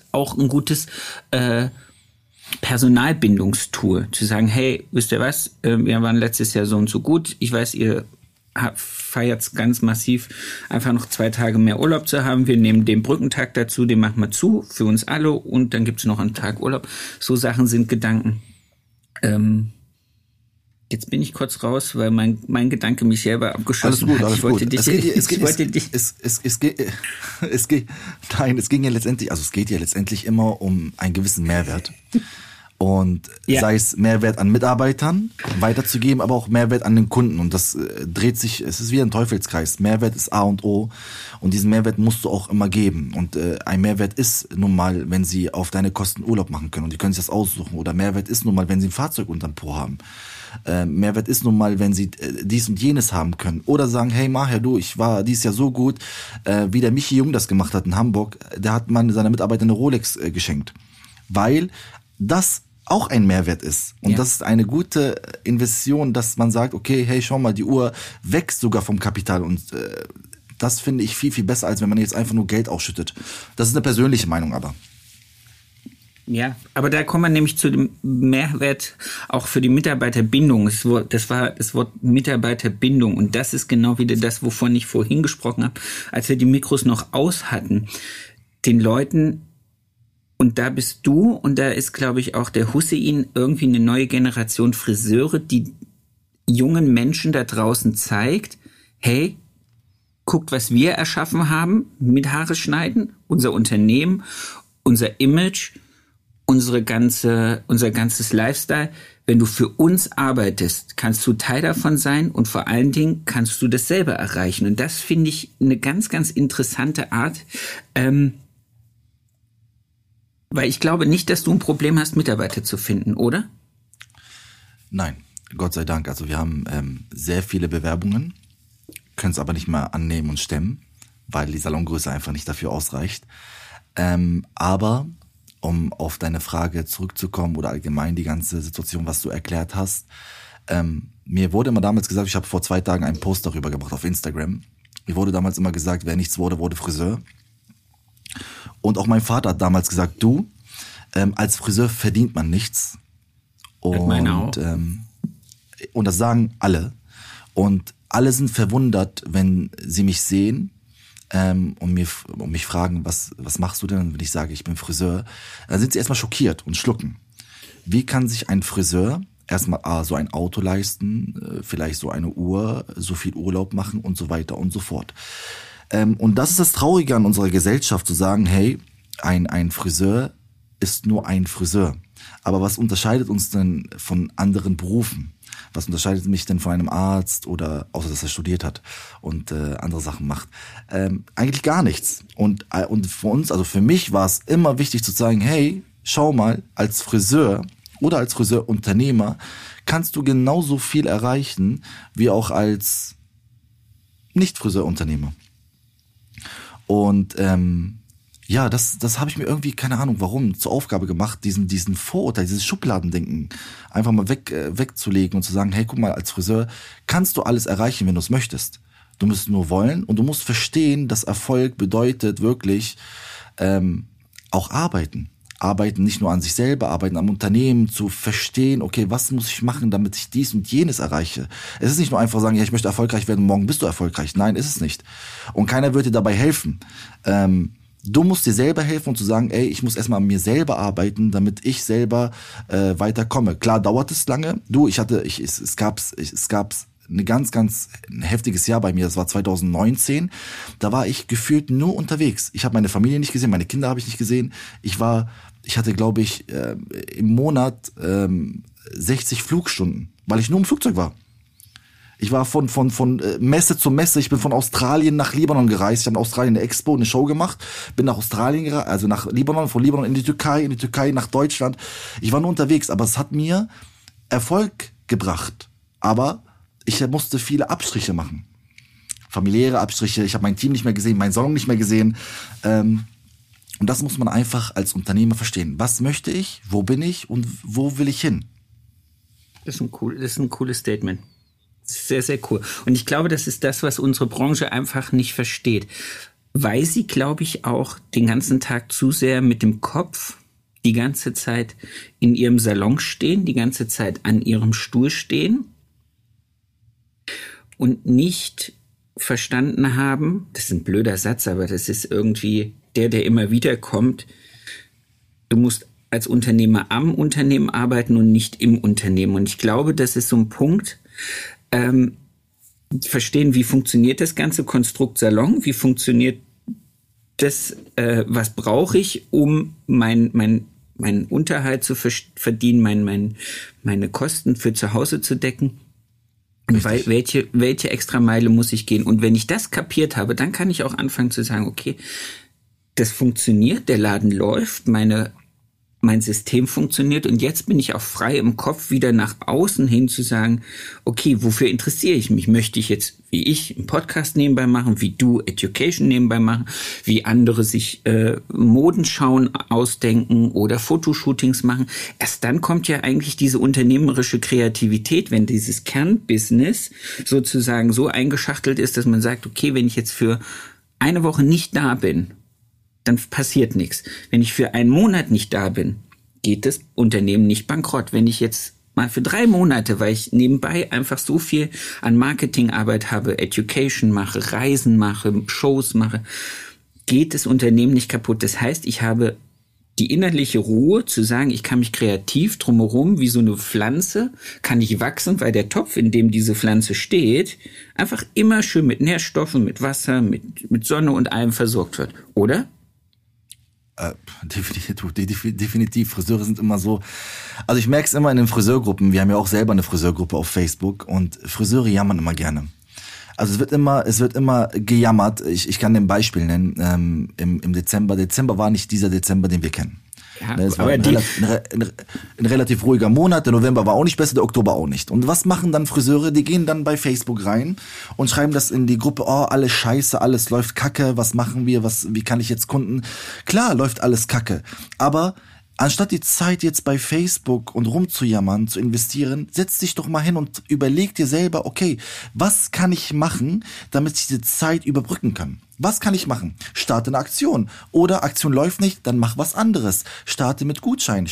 Personalbindungstool. Zu sagen, hey, wisst ihr was, wir waren letztes Jahr so und so gut. Ich weiß, ihr feiert ganz massiv, einfach noch 2 Tage mehr Urlaub zu haben. Wir nehmen den Brückentag dazu, den machen wir zu, für uns alle, und dann gibt es noch einen Tag Urlaub. So Sachen sind Gedanken. Jetzt bin ich kurz raus, weil mein Gedanke mich selber abgeschossen hat. Alles gut. Es geht ja letztendlich immer um einen gewissen Mehrwert. Und sei es Mehrwert an Mitarbeitern weiterzugeben, aber auch Mehrwert an den Kunden. Und das es ist wie ein Teufelskreis. Mehrwert ist A und O. Und diesen Mehrwert musst du auch immer geben. Und ein Mehrwert ist nun mal, wenn sie auf deine Kosten Urlaub machen können und die können sich das aussuchen. Oder Mehrwert ist nun mal, wenn sie ein Fahrzeug unterm Po haben. Mehrwert ist nun mal, wenn sie dies und jenes haben können. Oder sagen, hey Maher, ich war dieses Jahr so gut, wie der Michi Jung das gemacht hat in Hamburg. Der hat seiner Mitarbeiter eine Rolex geschenkt. Weil das auch ein Mehrwert ist. Und das ist eine gute Investition, dass man sagt, okay, hey, schau mal, die Uhr wächst sogar vom Kapital. Und das finde ich viel, viel besser, als wenn man jetzt einfach nur Geld ausschüttet. Das ist eine persönliche Meinung aber. Ja, aber da kommen wir nämlich zu dem Mehrwert auch für die Mitarbeiterbindung. Das war das Wort Mitarbeiterbindung. Und das ist genau wieder das, wovon ich vorhin gesprochen habe, als wir die Mikros noch aus hatten. Den Leuten, und da bist du und da ist, glaube ich, auch der Hussein, irgendwie eine neue Generation Friseure, die jungen Menschen da draußen zeigt, hey, guckt, was wir erschaffen haben mit Haare schneiden, unser Unternehmen, unser Image, unser ganzes Lifestyle. wenn du für uns arbeitest, kannst du Teil davon sein und vor allen Dingen kannst du das selber erreichen. Und das finde ich eine ganz, ganz interessante Art, weil ich glaube nicht, dass du ein Problem hast, Mitarbeiter zu finden, oder? Nein, Gott sei Dank. Also wir haben sehr viele Bewerbungen, können es aber nicht mehr annehmen und stemmen, weil die Salongröße einfach nicht dafür ausreicht. Aber um auf deine Frage zurückzukommen oder allgemein die ganze Situation, was du erklärt hast, mir wurde immer damals gesagt, ich habe vor 2 Tagen einen Post darüber gemacht auf Instagram. Mir wurde damals immer gesagt, wer nichts wurde, wurde Friseur. Und auch mein Vater hat damals gesagt, du, als Friseur verdient man nichts. Und das sagen alle. Und alle sind verwundert, wenn sie mich sehen und mich fragen, was machst du denn? Und wenn ich sage, ich bin Friseur, dann sind sie erstmal schockiert und schlucken. Wie kann sich ein Friseur erstmal so ein Auto leisten, vielleicht so eine Uhr, so viel Urlaub machen und so weiter und so fort. Und das ist das Traurige an unserer Gesellschaft, zu sagen, hey, ein Friseur ist nur ein Friseur. Aber was unterscheidet uns denn von anderen Berufen? Was unterscheidet mich denn von einem Arzt oder, außer dass er studiert hat und andere Sachen macht? Eigentlich gar nichts. Und für uns, also für mich war es immer wichtig zu sagen, hey, schau mal, als Friseur oder als Friseurunternehmer kannst du genauso viel erreichen wie auch als Nicht-Friseurunternehmer. Und ja, das habe ich mir irgendwie, keine Ahnung warum, zur Aufgabe gemacht, diesen Vorurteil, dieses Schubladendenken einfach mal wegzulegen und zu sagen, hey, guck mal, als Friseur kannst du alles erreichen, wenn du es möchtest. Du musst nur wollen und du musst verstehen, dass Erfolg bedeutet wirklich auch arbeiten. Arbeiten nicht nur an sich selber, arbeiten am Unternehmen, zu verstehen, okay, was muss ich machen, damit ich dies und jenes erreiche. Es ist nicht nur einfach sagen, ja, ich möchte erfolgreich werden, morgen bist du erfolgreich. Nein, ist es nicht. Und keiner wird dir dabei helfen. Du musst dir selber helfen und zu sagen, ey, ich muss erstmal an mir selber arbeiten, damit ich selber weiterkomme. Klar dauert es lange. Es gab ein ganz heftiges Jahr bei mir, das war 2019. Da war ich gefühlt nur unterwegs. Ich habe meine Familie nicht gesehen, meine Kinder habe ich nicht gesehen. Ich hatte, glaube ich, im Monat 60 Flugstunden, weil ich nur im Flugzeug war. Ich war von Messe zu Messe. Ich bin von Australien nach Libanon gereist. Ich habe in Australien eine Expo, eine Show gemacht. Bin nach Australien gereist, also nach Libanon, von Libanon in die Türkei nach Deutschland. Ich war nur unterwegs, aber es hat mir Erfolg gebracht. Aber ich musste viele Abstriche machen. Familiäre Abstriche. Ich habe mein Team nicht mehr gesehen, meinen Salon nicht mehr gesehen. Und das muss man einfach als Unternehmer verstehen. Was möchte ich? Wo bin ich? Und wo will ich hin? Das ist ein cooles Statement. Sehr, sehr cool. Und ich glaube, das ist das, was unsere Branche einfach nicht versteht. Weil sie, glaube ich, auch den ganzen Tag zu sehr mit dem Kopf die ganze Zeit in ihrem Salon stehen, die ganze Zeit an ihrem Stuhl stehen und nicht verstanden haben, das ist ein blöder Satz, aber das ist irgendwie der immer wieder kommt, du musst als Unternehmer am Unternehmen arbeiten und nicht im Unternehmen. Und ich glaube, das ist so ein Punkt, verstehen, wie funktioniert das ganze Konstrukt Salon, wie funktioniert das, was brauche ich, um meinen Unterhalt zu verdienen, meine Kosten für zu Hause zu decken. Weil, welche Extrameile muss ich gehen? Und wenn ich das kapiert habe, dann kann ich auch anfangen zu sagen, okay, das funktioniert, der Laden läuft, mein System funktioniert und jetzt bin ich auch frei im Kopf, wieder nach außen hin zu sagen, okay, wofür interessiere ich mich? Möchte ich jetzt, wie ich, einen Podcast nebenbei machen, wie du Education nebenbei machen, wie andere sich Modenschauen ausdenken oder Fotoshootings machen? Erst dann kommt ja eigentlich diese unternehmerische Kreativität, wenn dieses Kernbusiness sozusagen so eingeschachtelt ist, dass man sagt, okay, wenn ich jetzt für eine Woche nicht da bin, dann passiert nichts. Wenn ich für einen Monat nicht da bin, geht das Unternehmen nicht bankrott. Wenn ich jetzt mal für 3 Monate, weil ich nebenbei einfach so viel an Marketingarbeit habe, Education mache, Reisen mache, Shows mache, geht das Unternehmen nicht kaputt. Das heißt, ich habe die innerliche Ruhe zu sagen, ich kann mich kreativ drumherum, wie so eine Pflanze, kann ich wachsen, weil der Topf, in dem diese Pflanze steht, einfach immer schön mit Nährstoffen, mit Wasser, mit Sonne und allem versorgt wird. Oder? Definitiv. Friseure sind immer so. Also ich merke es immer in den Friseurgruppen. Wir haben ja auch selber eine Friseurgruppe auf Facebook und Friseure jammern immer gerne. Also es wird immer gejammert. Ich kann ein Beispiel nennen. Im Dezember. Dezember war nicht dieser Dezember, den wir kennen. Ja, es war ein relativ ruhiger Monat. Der November war auch nicht besser, der Oktober auch nicht. Und was machen dann Friseure? Die gehen dann bei Facebook rein und schreiben das in die Gruppe, oh, alles scheiße, alles läuft kacke, was machen wir, wie kann ich jetzt Kunden? Klar, läuft alles kacke. Aber anstatt die Zeit jetzt bei Facebook und rumzujammern, zu investieren, setz dich doch mal hin und überleg dir selber, okay, was kann ich machen, damit ich diese Zeit überbrücken kann? Was kann ich machen? Starte eine Aktion. Oder Aktion läuft nicht, dann mach was anderes. Starte mit Gutschein.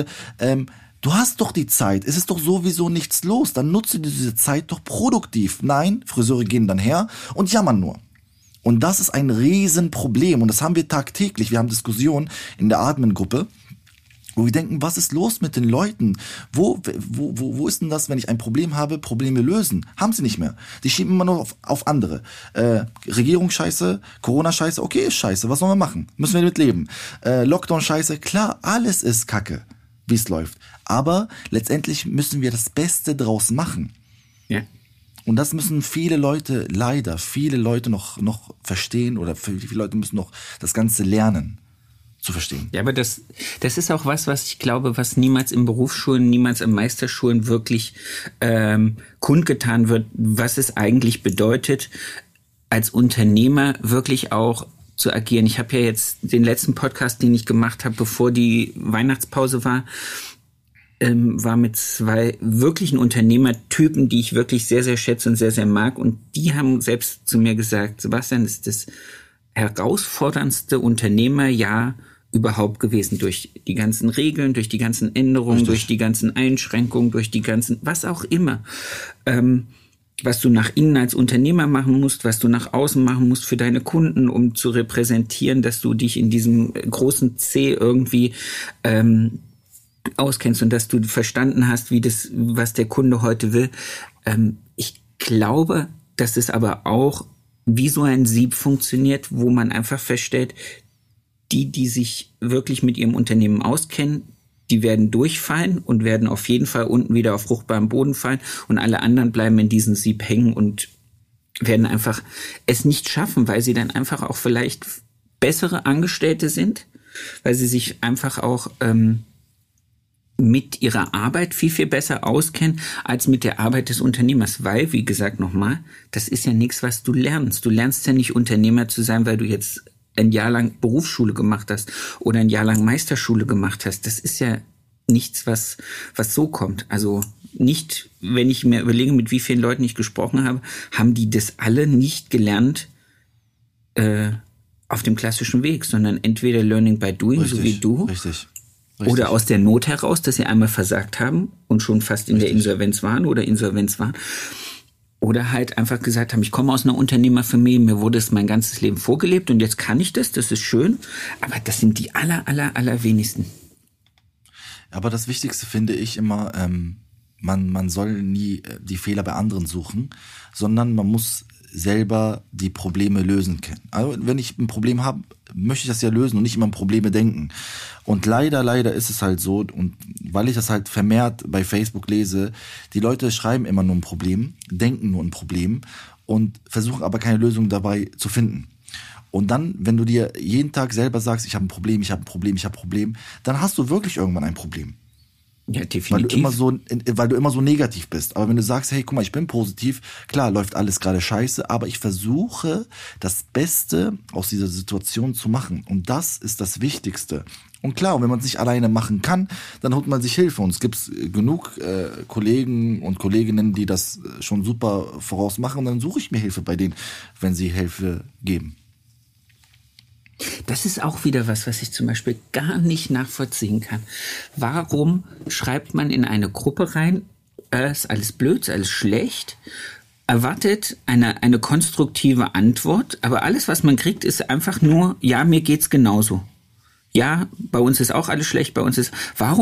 Du hast doch die Zeit. Es ist doch sowieso nichts los. Dann nutze diese Zeit doch produktiv. Nein, Friseure gehen dann her und jammern nur. Und das ist ein Riesenproblem. Und das haben wir tagtäglich. Wir haben Diskussionen in der Admin-Gruppe, wo wir denken, was ist los mit den Leuten? Wo ist denn das, wenn ich ein Problem habe, Probleme lösen? Haben sie nicht mehr. Die schieben immer nur auf andere. Regierung scheiße, Corona scheiße, okay, ist scheiße, was sollen wir machen? Müssen wir damit leben. Lockdown scheiße, klar, alles ist kacke, wie es läuft. Aber letztendlich müssen wir das Beste draus machen. Ja. Und das müssen viele Leute noch verstehen oder viele Leute müssen noch das Ganze lernen. Zu verstehen. Ja, aber das ist auch was ich glaube, was niemals in Berufsschulen, niemals in Meisterschulen wirklich kundgetan wird, was es eigentlich bedeutet, als Unternehmer wirklich auch zu agieren. Ich habe ja jetzt den letzten Podcast, den ich gemacht habe, bevor die Weihnachtspause war mit 2 wirklichen Unternehmertypen, die ich wirklich sehr, sehr schätze und sehr, sehr mag. Und die haben selbst zu mir gesagt, Sebastian, das ist das herausforderndste Unternehmerjahr überhaupt gewesen, durch die ganzen Regeln, durch die ganzen Änderungen, Richtig. Durch die ganzen Einschränkungen, durch die ganzen, was auch immer, was du nach innen als Unternehmer machen musst, was du nach außen machen musst für deine Kunden, um zu repräsentieren, dass du dich in diesem großen C irgendwie auskennst und dass du verstanden hast, was der Kunde heute will. Ich glaube, dass es aber auch wie so ein Sieb funktioniert, wo man einfach feststellt, die sich wirklich mit ihrem Unternehmen auskennen, die werden durchfallen und werden auf jeden Fall unten wieder auf fruchtbarem Boden fallen und alle anderen bleiben in diesem Sieb hängen und werden einfach es nicht schaffen, weil sie dann einfach auch vielleicht bessere Angestellte sind, weil sie sich einfach auch mit ihrer Arbeit viel, viel besser auskennen als mit der Arbeit des Unternehmers. Weil, wie gesagt, nochmal, das ist ja nichts, was du lernst. Du lernst ja nicht Unternehmer zu sein, weil du jetzt ein Jahr lang Berufsschule gemacht hast oder ein Jahr lang Meisterschule gemacht hast. Das ist ja nichts, was so kommt. Also nicht, wenn ich mir überlege, mit wie vielen Leuten ich gesprochen habe, haben die das alle nicht gelernt auf dem klassischen Weg, sondern entweder Learning by Doing, Richtig, so wie du, Richtig. Oder aus der Not heraus, dass sie einmal versagt haben und schon fast in der Insolvenz waren. Oder halt einfach gesagt haben, ich komme aus einer Unternehmerfamilie, mir wurde es mein ganzes Leben vorgelebt und jetzt kann ich das ist schön. Aber das sind die allerwenigsten. Aber das Wichtigste finde ich immer, man soll nie die Fehler bei anderen suchen, sondern man muss selber die Probleme lösen können. Also wenn ich ein Problem habe, möchte ich das ja lösen und nicht immer an Probleme denken. Und leider ist es halt so, und weil ich das halt vermehrt bei Facebook lese, die Leute schreiben immer nur ein Problem, denken nur ein Problem und versuchen aber keine Lösung dabei zu finden. Und dann, wenn du dir jeden Tag selber sagst, ich habe ein Problem, dann hast du wirklich irgendwann ein Problem. Ja, definitiv. Weil du immer so negativ bist. Aber wenn du sagst, hey, guck mal, ich bin positiv, klar, läuft alles gerade scheiße, aber ich versuche, das Beste aus dieser Situation zu machen. Und das ist das Wichtigste. Und klar, wenn man es nicht alleine machen kann, dann holt man sich Hilfe. Und es gibt genug Kollegen und Kolleginnen, die das schon super voraus machen. Und dann suche ich mir Hilfe bei denen, wenn sie Hilfe geben. Das ist auch wieder was ich zum Beispiel gar nicht nachvollziehen kann. Warum schreibt man in eine Gruppe rein, ist alles blöd, ist alles schlecht, erwartet eine konstruktive Antwort, aber alles, was man kriegt, ist einfach nur, ja, mir geht's genauso. Ja, bei uns ist auch alles schlecht, warum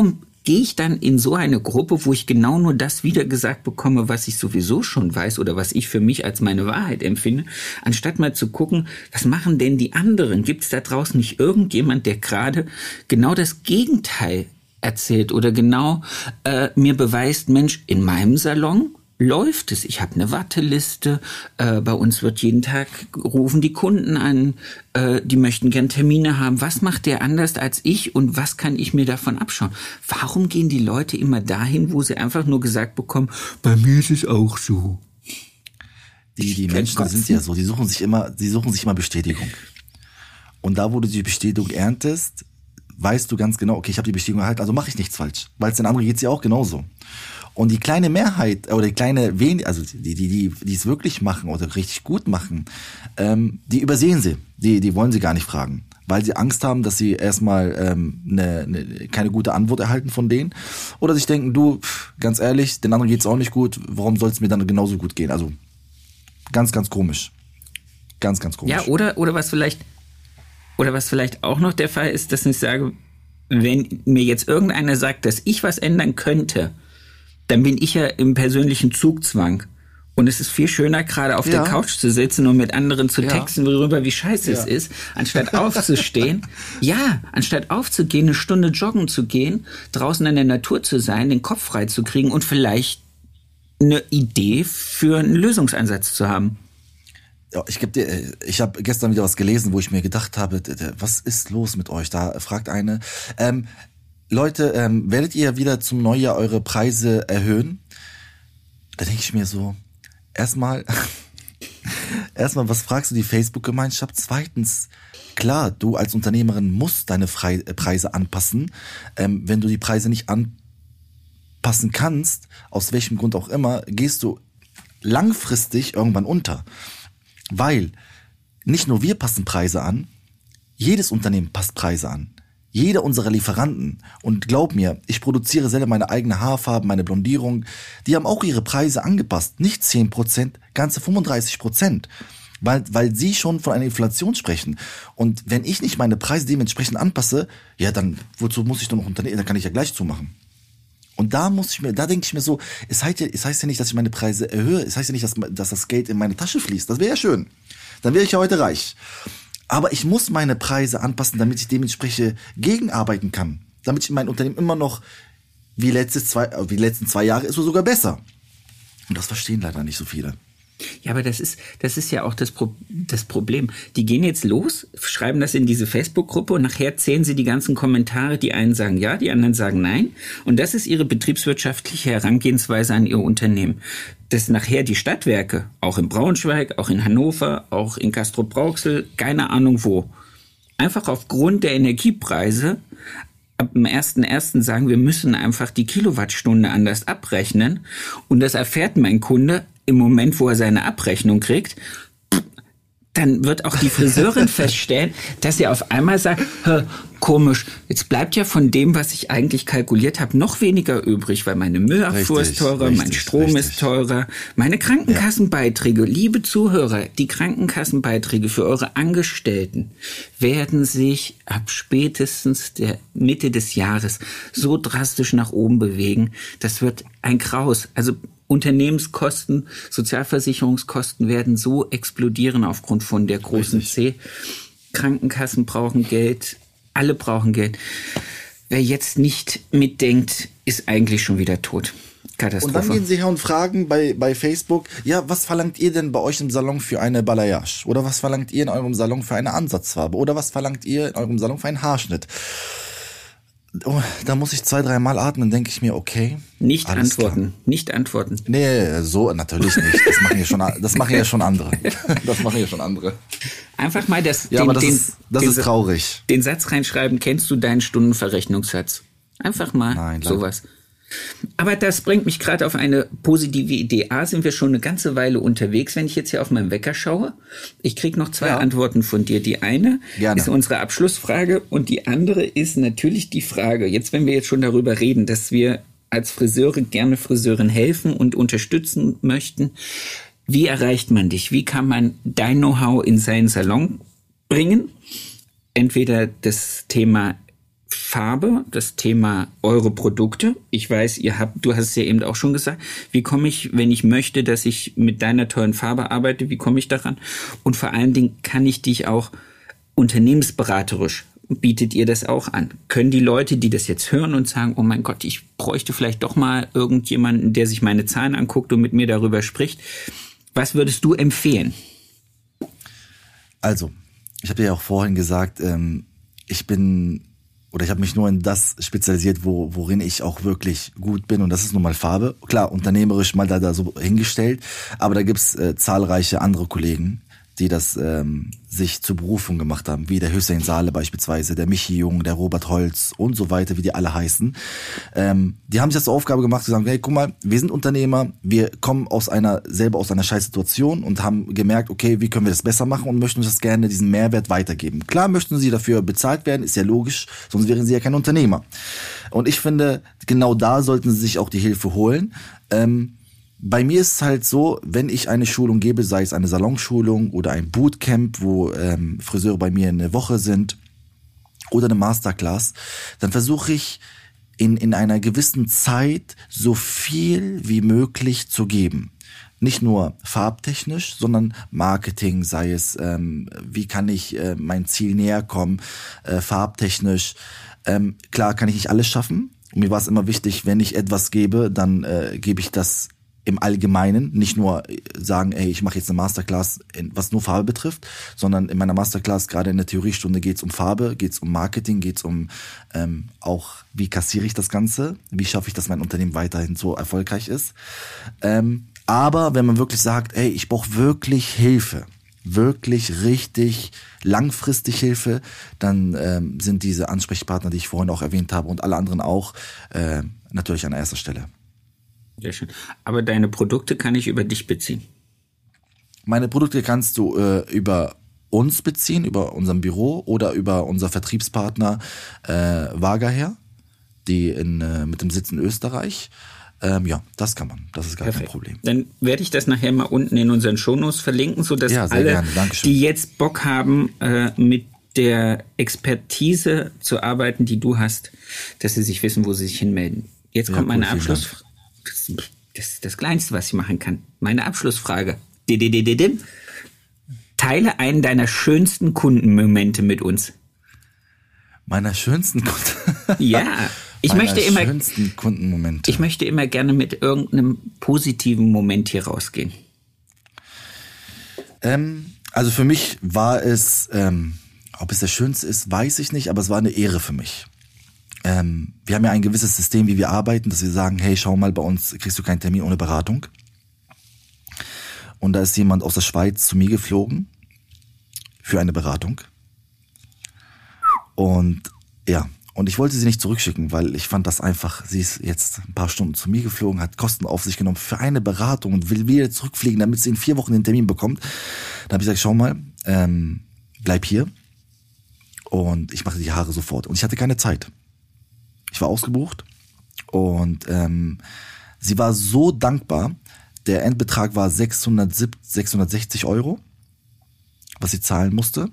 gehe ich dann in so eine Gruppe, wo ich genau nur das wiedergesagt bekomme, was ich sowieso schon weiß oder was ich für mich als meine Wahrheit empfinde, anstatt mal zu gucken, was machen denn die anderen? Gibt es da draußen nicht irgendjemand, der gerade genau das Gegenteil erzählt oder genau mir beweist, Mensch, in meinem Salon läuft es. Ich habe eine Warteliste. Bei uns wird jeden Tag rufen die Kunden an. Die möchten gern Termine haben. Was macht der anders als ich und was kann ich mir davon abschauen? Warum gehen die Leute immer dahin, wo sie einfach nur gesagt bekommen, bei mir ist es auch so? Die Menschen sind ja so, die suchen sich immer Bestätigung. Und da, wo du die Bestätigung erntest, weißt du ganz genau, okay, ich habe die Bestätigung erhalten, also mache ich nichts falsch. Weil es den anderen geht's ja auch genauso. Und die kleine Mehrheit oder die kleine also die es wirklich machen oder richtig gut machen, die übersehen sie. Die wollen sie gar nicht fragen, weil sie Angst haben, dass sie erstmal keine gute Antwort erhalten von denen oder sich denken, du, ganz ehrlich, den anderen geht's auch nicht gut, warum soll es mir dann genauso gut gehen? Also ganz, ganz komisch. Ganz, ganz komisch. Ja, oder was vielleicht auch noch der Fall ist, dass ich sage, wenn mir jetzt irgendeiner sagt, dass ich was ändern könnte, dann bin ich ja im persönlichen Zugzwang. Und es ist viel schöner, gerade auf der Couch zu sitzen und mit anderen zu texten, worüber wie scheiße es ist, anstatt aufzustehen. Anstatt aufzugehen, eine Stunde joggen zu gehen, draußen in der Natur zu sein, den Kopf frei zu kriegen und vielleicht eine Idee für einen Lösungsansatz zu haben. Ja, ich habe gestern wieder was gelesen, wo ich mir gedacht habe, was ist los mit euch? Da fragt eine, Leute, werdet ihr wieder zum Neujahr eure Preise erhöhen? Da denke ich mir so, erstmal, was fragst du die Facebook-Gemeinschaft? Zweitens, klar, du als Unternehmerin musst deine Preise anpassen. Wenn du die Preise nicht anpassen kannst, aus welchem Grund auch immer, gehst du langfristig irgendwann unter. Weil nicht nur wir passen Preise an, jedes Unternehmen passt Preise an. Jeder unserer Lieferanten, und glaub mir, ich produziere selber meine eigene Haarfarbe, meine Blondierung, die haben auch ihre Preise angepasst. Nicht 10%, ganze 35%. Weil sie schon von einer Inflation sprechen. Und wenn ich nicht meine Preise dementsprechend anpasse, ja dann, wozu muss ich doch noch Unternehmen, dann kann ich ja gleich zumachen. Und da denke ich mir so, es heißt ja nicht, dass ich meine Preise erhöhe, es heißt ja nicht, dass das Geld in meine Tasche fließt. Das wäre ja schön. Dann wäre ich ja heute reich. Aber ich muss meine Preise anpassen, damit ich dementsprechend gegenarbeiten kann. Damit ich mein Unternehmen immer noch wie die letzten 2 Jahre ist oder sogar besser. Und das verstehen leider nicht so viele. Ja, aber das ist ja auch das Problem. Die gehen jetzt los, schreiben das in diese Facebook-Gruppe und nachher zählen sie die ganzen Kommentare. Die einen sagen ja, die anderen sagen nein. Und das ist ihre betriebswirtschaftliche Herangehensweise an ihr Unternehmen. Dass nachher die Stadtwerke, auch in Braunschweig, auch in Hannover, auch in Castrop-Rauxel, keine Ahnung wo, einfach aufgrund der Energiepreise ab dem 1.1. sagen, wir müssen einfach die Kilowattstunde anders abrechnen. Und das erfährt mein Kunde im Moment, wo er seine Abrechnung kriegt. Dann wird auch die Friseurin feststellen, dass sie auf einmal sagt, komisch, jetzt bleibt ja von dem, was ich eigentlich kalkuliert habe, noch weniger übrig, weil meine Müllabfuhr ist teurer, mein Strom ist teurer, meine Krankenkassenbeiträge, liebe Zuhörer, die Krankenkassenbeiträge für eure Angestellten werden sich ab spätestens der Mitte des Jahres so drastisch nach oben bewegen, das wird ein Graus. Also Unternehmenskosten, Sozialversicherungskosten werden so explodieren aufgrund von der großen C. Krankenkassen brauchen Geld, alle brauchen Geld. Wer jetzt nicht mitdenkt, ist eigentlich schon wieder tot. Katastrophe. Und dann gehen sie her und fragen bei Facebook, ja, was verlangt ihr denn bei euch im Salon für eine Balayage? Oder was verlangt ihr in eurem Salon für eine Ansatzfarbe? Oder was verlangt ihr in eurem Salon für einen Haarschnitt? Oh, da muss ich 2-3 Mal atmen, denke ich mir, okay. Nicht antworten. Nee, so natürlich nicht. Das machen ja schon andere. Einfach mal das ist traurig. Den Satz reinschreiben, kennst du deinen Stundenverrechnungssatz? Einfach mal sowas. Aber das bringt mich gerade auf eine positive Idee. Sind wir schon eine ganze Weile unterwegs, wenn ich jetzt hier auf meinen Wecker schaue. Ich kriege noch 2 Antworten von dir. Die eine ist unsere Abschlussfrage und die andere ist natürlich die Frage, jetzt wenn wir jetzt schon darüber reden, dass wir als Friseure gerne Friseuren helfen und unterstützen möchten, wie erreicht man dich? Wie kann man dein Know-how in seinen Salon bringen? Entweder das Thema Farbe, das Thema eure Produkte. Ich weiß, du hast es ja eben auch schon gesagt. Wie komme ich, wenn ich möchte, dass ich mit deiner tollen Farbe arbeite, wie komme ich daran? Und vor allen Dingen kann ich dich auch unternehmensberaterisch, bietet ihr das auch an? Können die Leute, die das jetzt hören und sagen, oh mein Gott, ich bräuchte vielleicht doch mal irgendjemanden, der sich meine Zahlen anguckt und mit mir darüber spricht. Was würdest du empfehlen? Also, ich habe ja auch vorhin gesagt, ich habe mich nur in das spezialisiert, worin ich auch wirklich gut bin, und das ist nun mal Farbe. Klar, unternehmerisch mal da so hingestellt, aber da gibt's zahlreiche andere Kollegen, die das sich zur Berufung gemacht haben, wie der Hüseyin Saleh beispielsweise, der Michi Jung, der Robert Holz und so weiter, wie die alle heißen. Die haben sich das zur Aufgabe gemacht, zu sagen, hey, guck mal, wir sind Unternehmer, wir kommen selber aus einer Scheißsituation und haben gemerkt, okay, wie können wir das besser machen und möchten uns das gerne, diesen Mehrwert weitergeben. Klar möchten sie dafür bezahlt werden, ist ja logisch, sonst wären sie ja kein Unternehmer. Und ich finde, genau da sollten sie sich auch die Hilfe holen. Bei mir ist es halt so, wenn ich eine Schulung gebe, sei es eine Salonschulung oder ein Bootcamp, wo Friseure bei mir eine Woche sind, oder eine Masterclass, dann versuche ich in einer gewissen Zeit so viel wie möglich zu geben. Nicht nur farbtechnisch, sondern Marketing, sei es, wie kann ich mein Ziel näher kommen, farbtechnisch. Klar kann ich nicht alles schaffen. Mir war es immer wichtig, wenn ich etwas gebe, dann gebe ich das im Allgemeinen, nicht nur sagen, ey, ich mache jetzt eine Masterclass, was nur Farbe betrifft, sondern in meiner Masterclass, gerade in der Theoriestunde, geht's um Farbe, geht's um Marketing, geht's um auch, wie kassiere ich das Ganze, wie schaffe ich, dass mein Unternehmen weiterhin so erfolgreich ist. Aber wenn man wirklich sagt, ey, ich brauche wirklich Hilfe, wirklich richtig langfristig Hilfe, dann sind diese Ansprechpartner, die ich vorhin auch erwähnt habe und alle anderen auch, natürlich an erster Stelle. Sehr schön. Aber deine Produkte kann ich über dich beziehen? Meine Produkte kannst du über uns beziehen, über unser Büro oder über unser Vertriebspartner Vagaher, die mit dem Sitz in Österreich. Ja, das kann man. Das ist gar kein Problem. Dann werde ich das nachher mal unten in unseren Shownotes verlinken, sodass alle, die jetzt Bock haben, mit der Expertise zu arbeiten, die du hast, dass sie sich wissen, wo sie sich hinmelden. Jetzt kommt meine Abschlussfrage. Das ist das Kleinste, was ich machen kann. Meine Abschlussfrage. Teile einen deiner schönsten Kundenmomente mit uns. Meiner schönsten Kunden? Ja. Schönsten Kundenmomente. Ich möchte immer gerne mit irgendeinem positiven Moment hier rausgehen. Also für mich war es, ob es der schönste ist, weiß ich nicht, aber es war eine Ehre für mich. Wir haben ja ein gewisses System, wie wir arbeiten, dass wir sagen, hey, schau mal, bei uns kriegst du keinen Termin ohne Beratung. Und da ist jemand aus der Schweiz zu mir geflogen für eine Beratung. Und ja, und ich wollte sie nicht zurückschicken, weil ich fand das einfach, sie ist jetzt ein paar Stunden zu mir geflogen, hat Kosten auf sich genommen für eine Beratung und will wieder zurückfliegen, damit sie in 4 Wochen den Termin bekommt. Da habe ich gesagt, schau mal, bleib hier und ich mache die Haare sofort. Und ich hatte keine Zeit. Ich war ausgebucht und sie war so dankbar. Der Endbetrag war 660 €, was sie zahlen musste.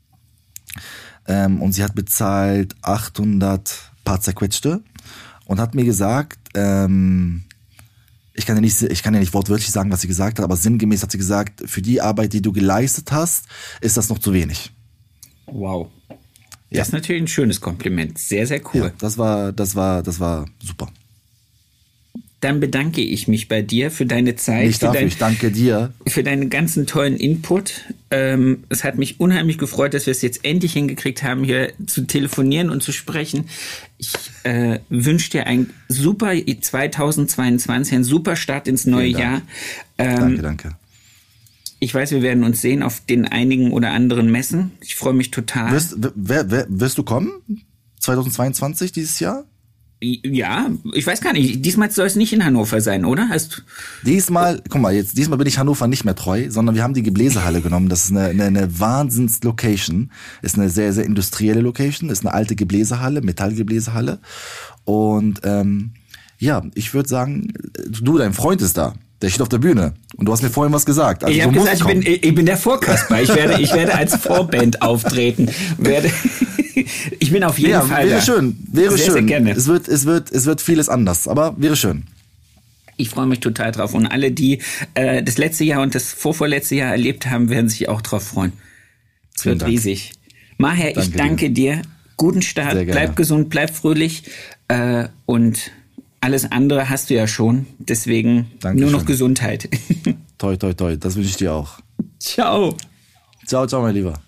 Und sie hat bezahlt 800 paar zerquetschte und hat mir gesagt, ich kann ja nicht wortwörtlich sagen, was sie gesagt hat, aber sinngemäß hat sie gesagt, für die Arbeit, die du geleistet hast, ist das noch zu wenig. Wow. Das ist natürlich ein schönes Kompliment. Sehr, sehr cool. Ja, das war super. Dann bedanke ich mich bei dir für deine Zeit. Ich danke dir. Für deinen ganzen tollen Input. Es hat mich unheimlich gefreut, dass wir es jetzt endlich hingekriegt haben, hier zu telefonieren und zu sprechen. Ich wünsche dir ein super 2022, einen super Start ins neue Jahr. Danke. Ich weiß, wir werden uns sehen auf den einigen oder anderen Messen. Ich freue mich total. Wirst du kommen? 2022 dieses Jahr? Ja, ich weiß gar nicht. Diesmal soll es nicht in Hannover sein, oder? Diesmal bin ich Hannover nicht mehr treu, sondern wir haben die Gebläsehalle genommen. Das ist eine Wahnsinns-Location. Ist eine sehr, sehr industrielle Location. Ist eine alte Gebläsehalle, Metallgebläsehalle. Und ich würde sagen, dein Freund ist da. Der steht auf der Bühne. Und du hast mir vorhin was gesagt. Also ich habe gesagt, ich bin der Vorkasper. Ich werde als Vorband auftreten. Ich bin auf jeden Fall wäre da. schön, wäre sehr, schön. Sehr gerne. Es wird vieles anders, aber wäre schön. Ich freue mich total drauf. Und alle, die das letzte Jahr und das vorvorletzte Jahr erlebt haben, werden sich auch drauf freuen. Es wird riesig. Maher, ich danke dir. Guten Start. Bleib gesund, bleib fröhlich. Und alles andere hast du ja schon. Deswegen nur noch Gesundheit. Toi, toi, toi. Das wünsche ich dir auch. Ciao. Ciao, ciao, mein Lieber.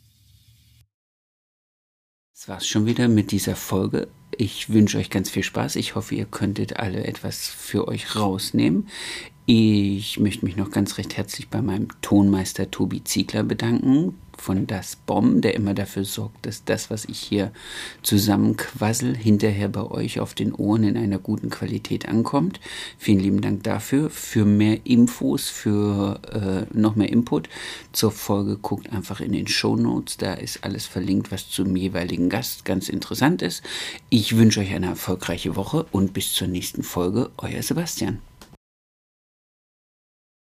Das war's schon wieder mit dieser Folge. Ich wünsche euch ganz viel Spaß. Ich hoffe, ihr könntet alle etwas für euch rausnehmen. Ich möchte mich noch ganz recht herzlich bei meinem Tonmeister Tobi Ziegler bedanken von Das Bomb, der immer dafür sorgt, dass das, was ich hier zusammenquassel, hinterher bei euch auf den Ohren in einer guten Qualität ankommt. Vielen lieben Dank dafür. Für mehr Infos, für noch mehr Input zur Folge, guckt einfach in den Shownotes. Da ist alles verlinkt, was zum jeweiligen Gast ganz interessant ist. Ich wünsche euch eine erfolgreiche Woche und bis zur nächsten Folge. Euer Sebastian.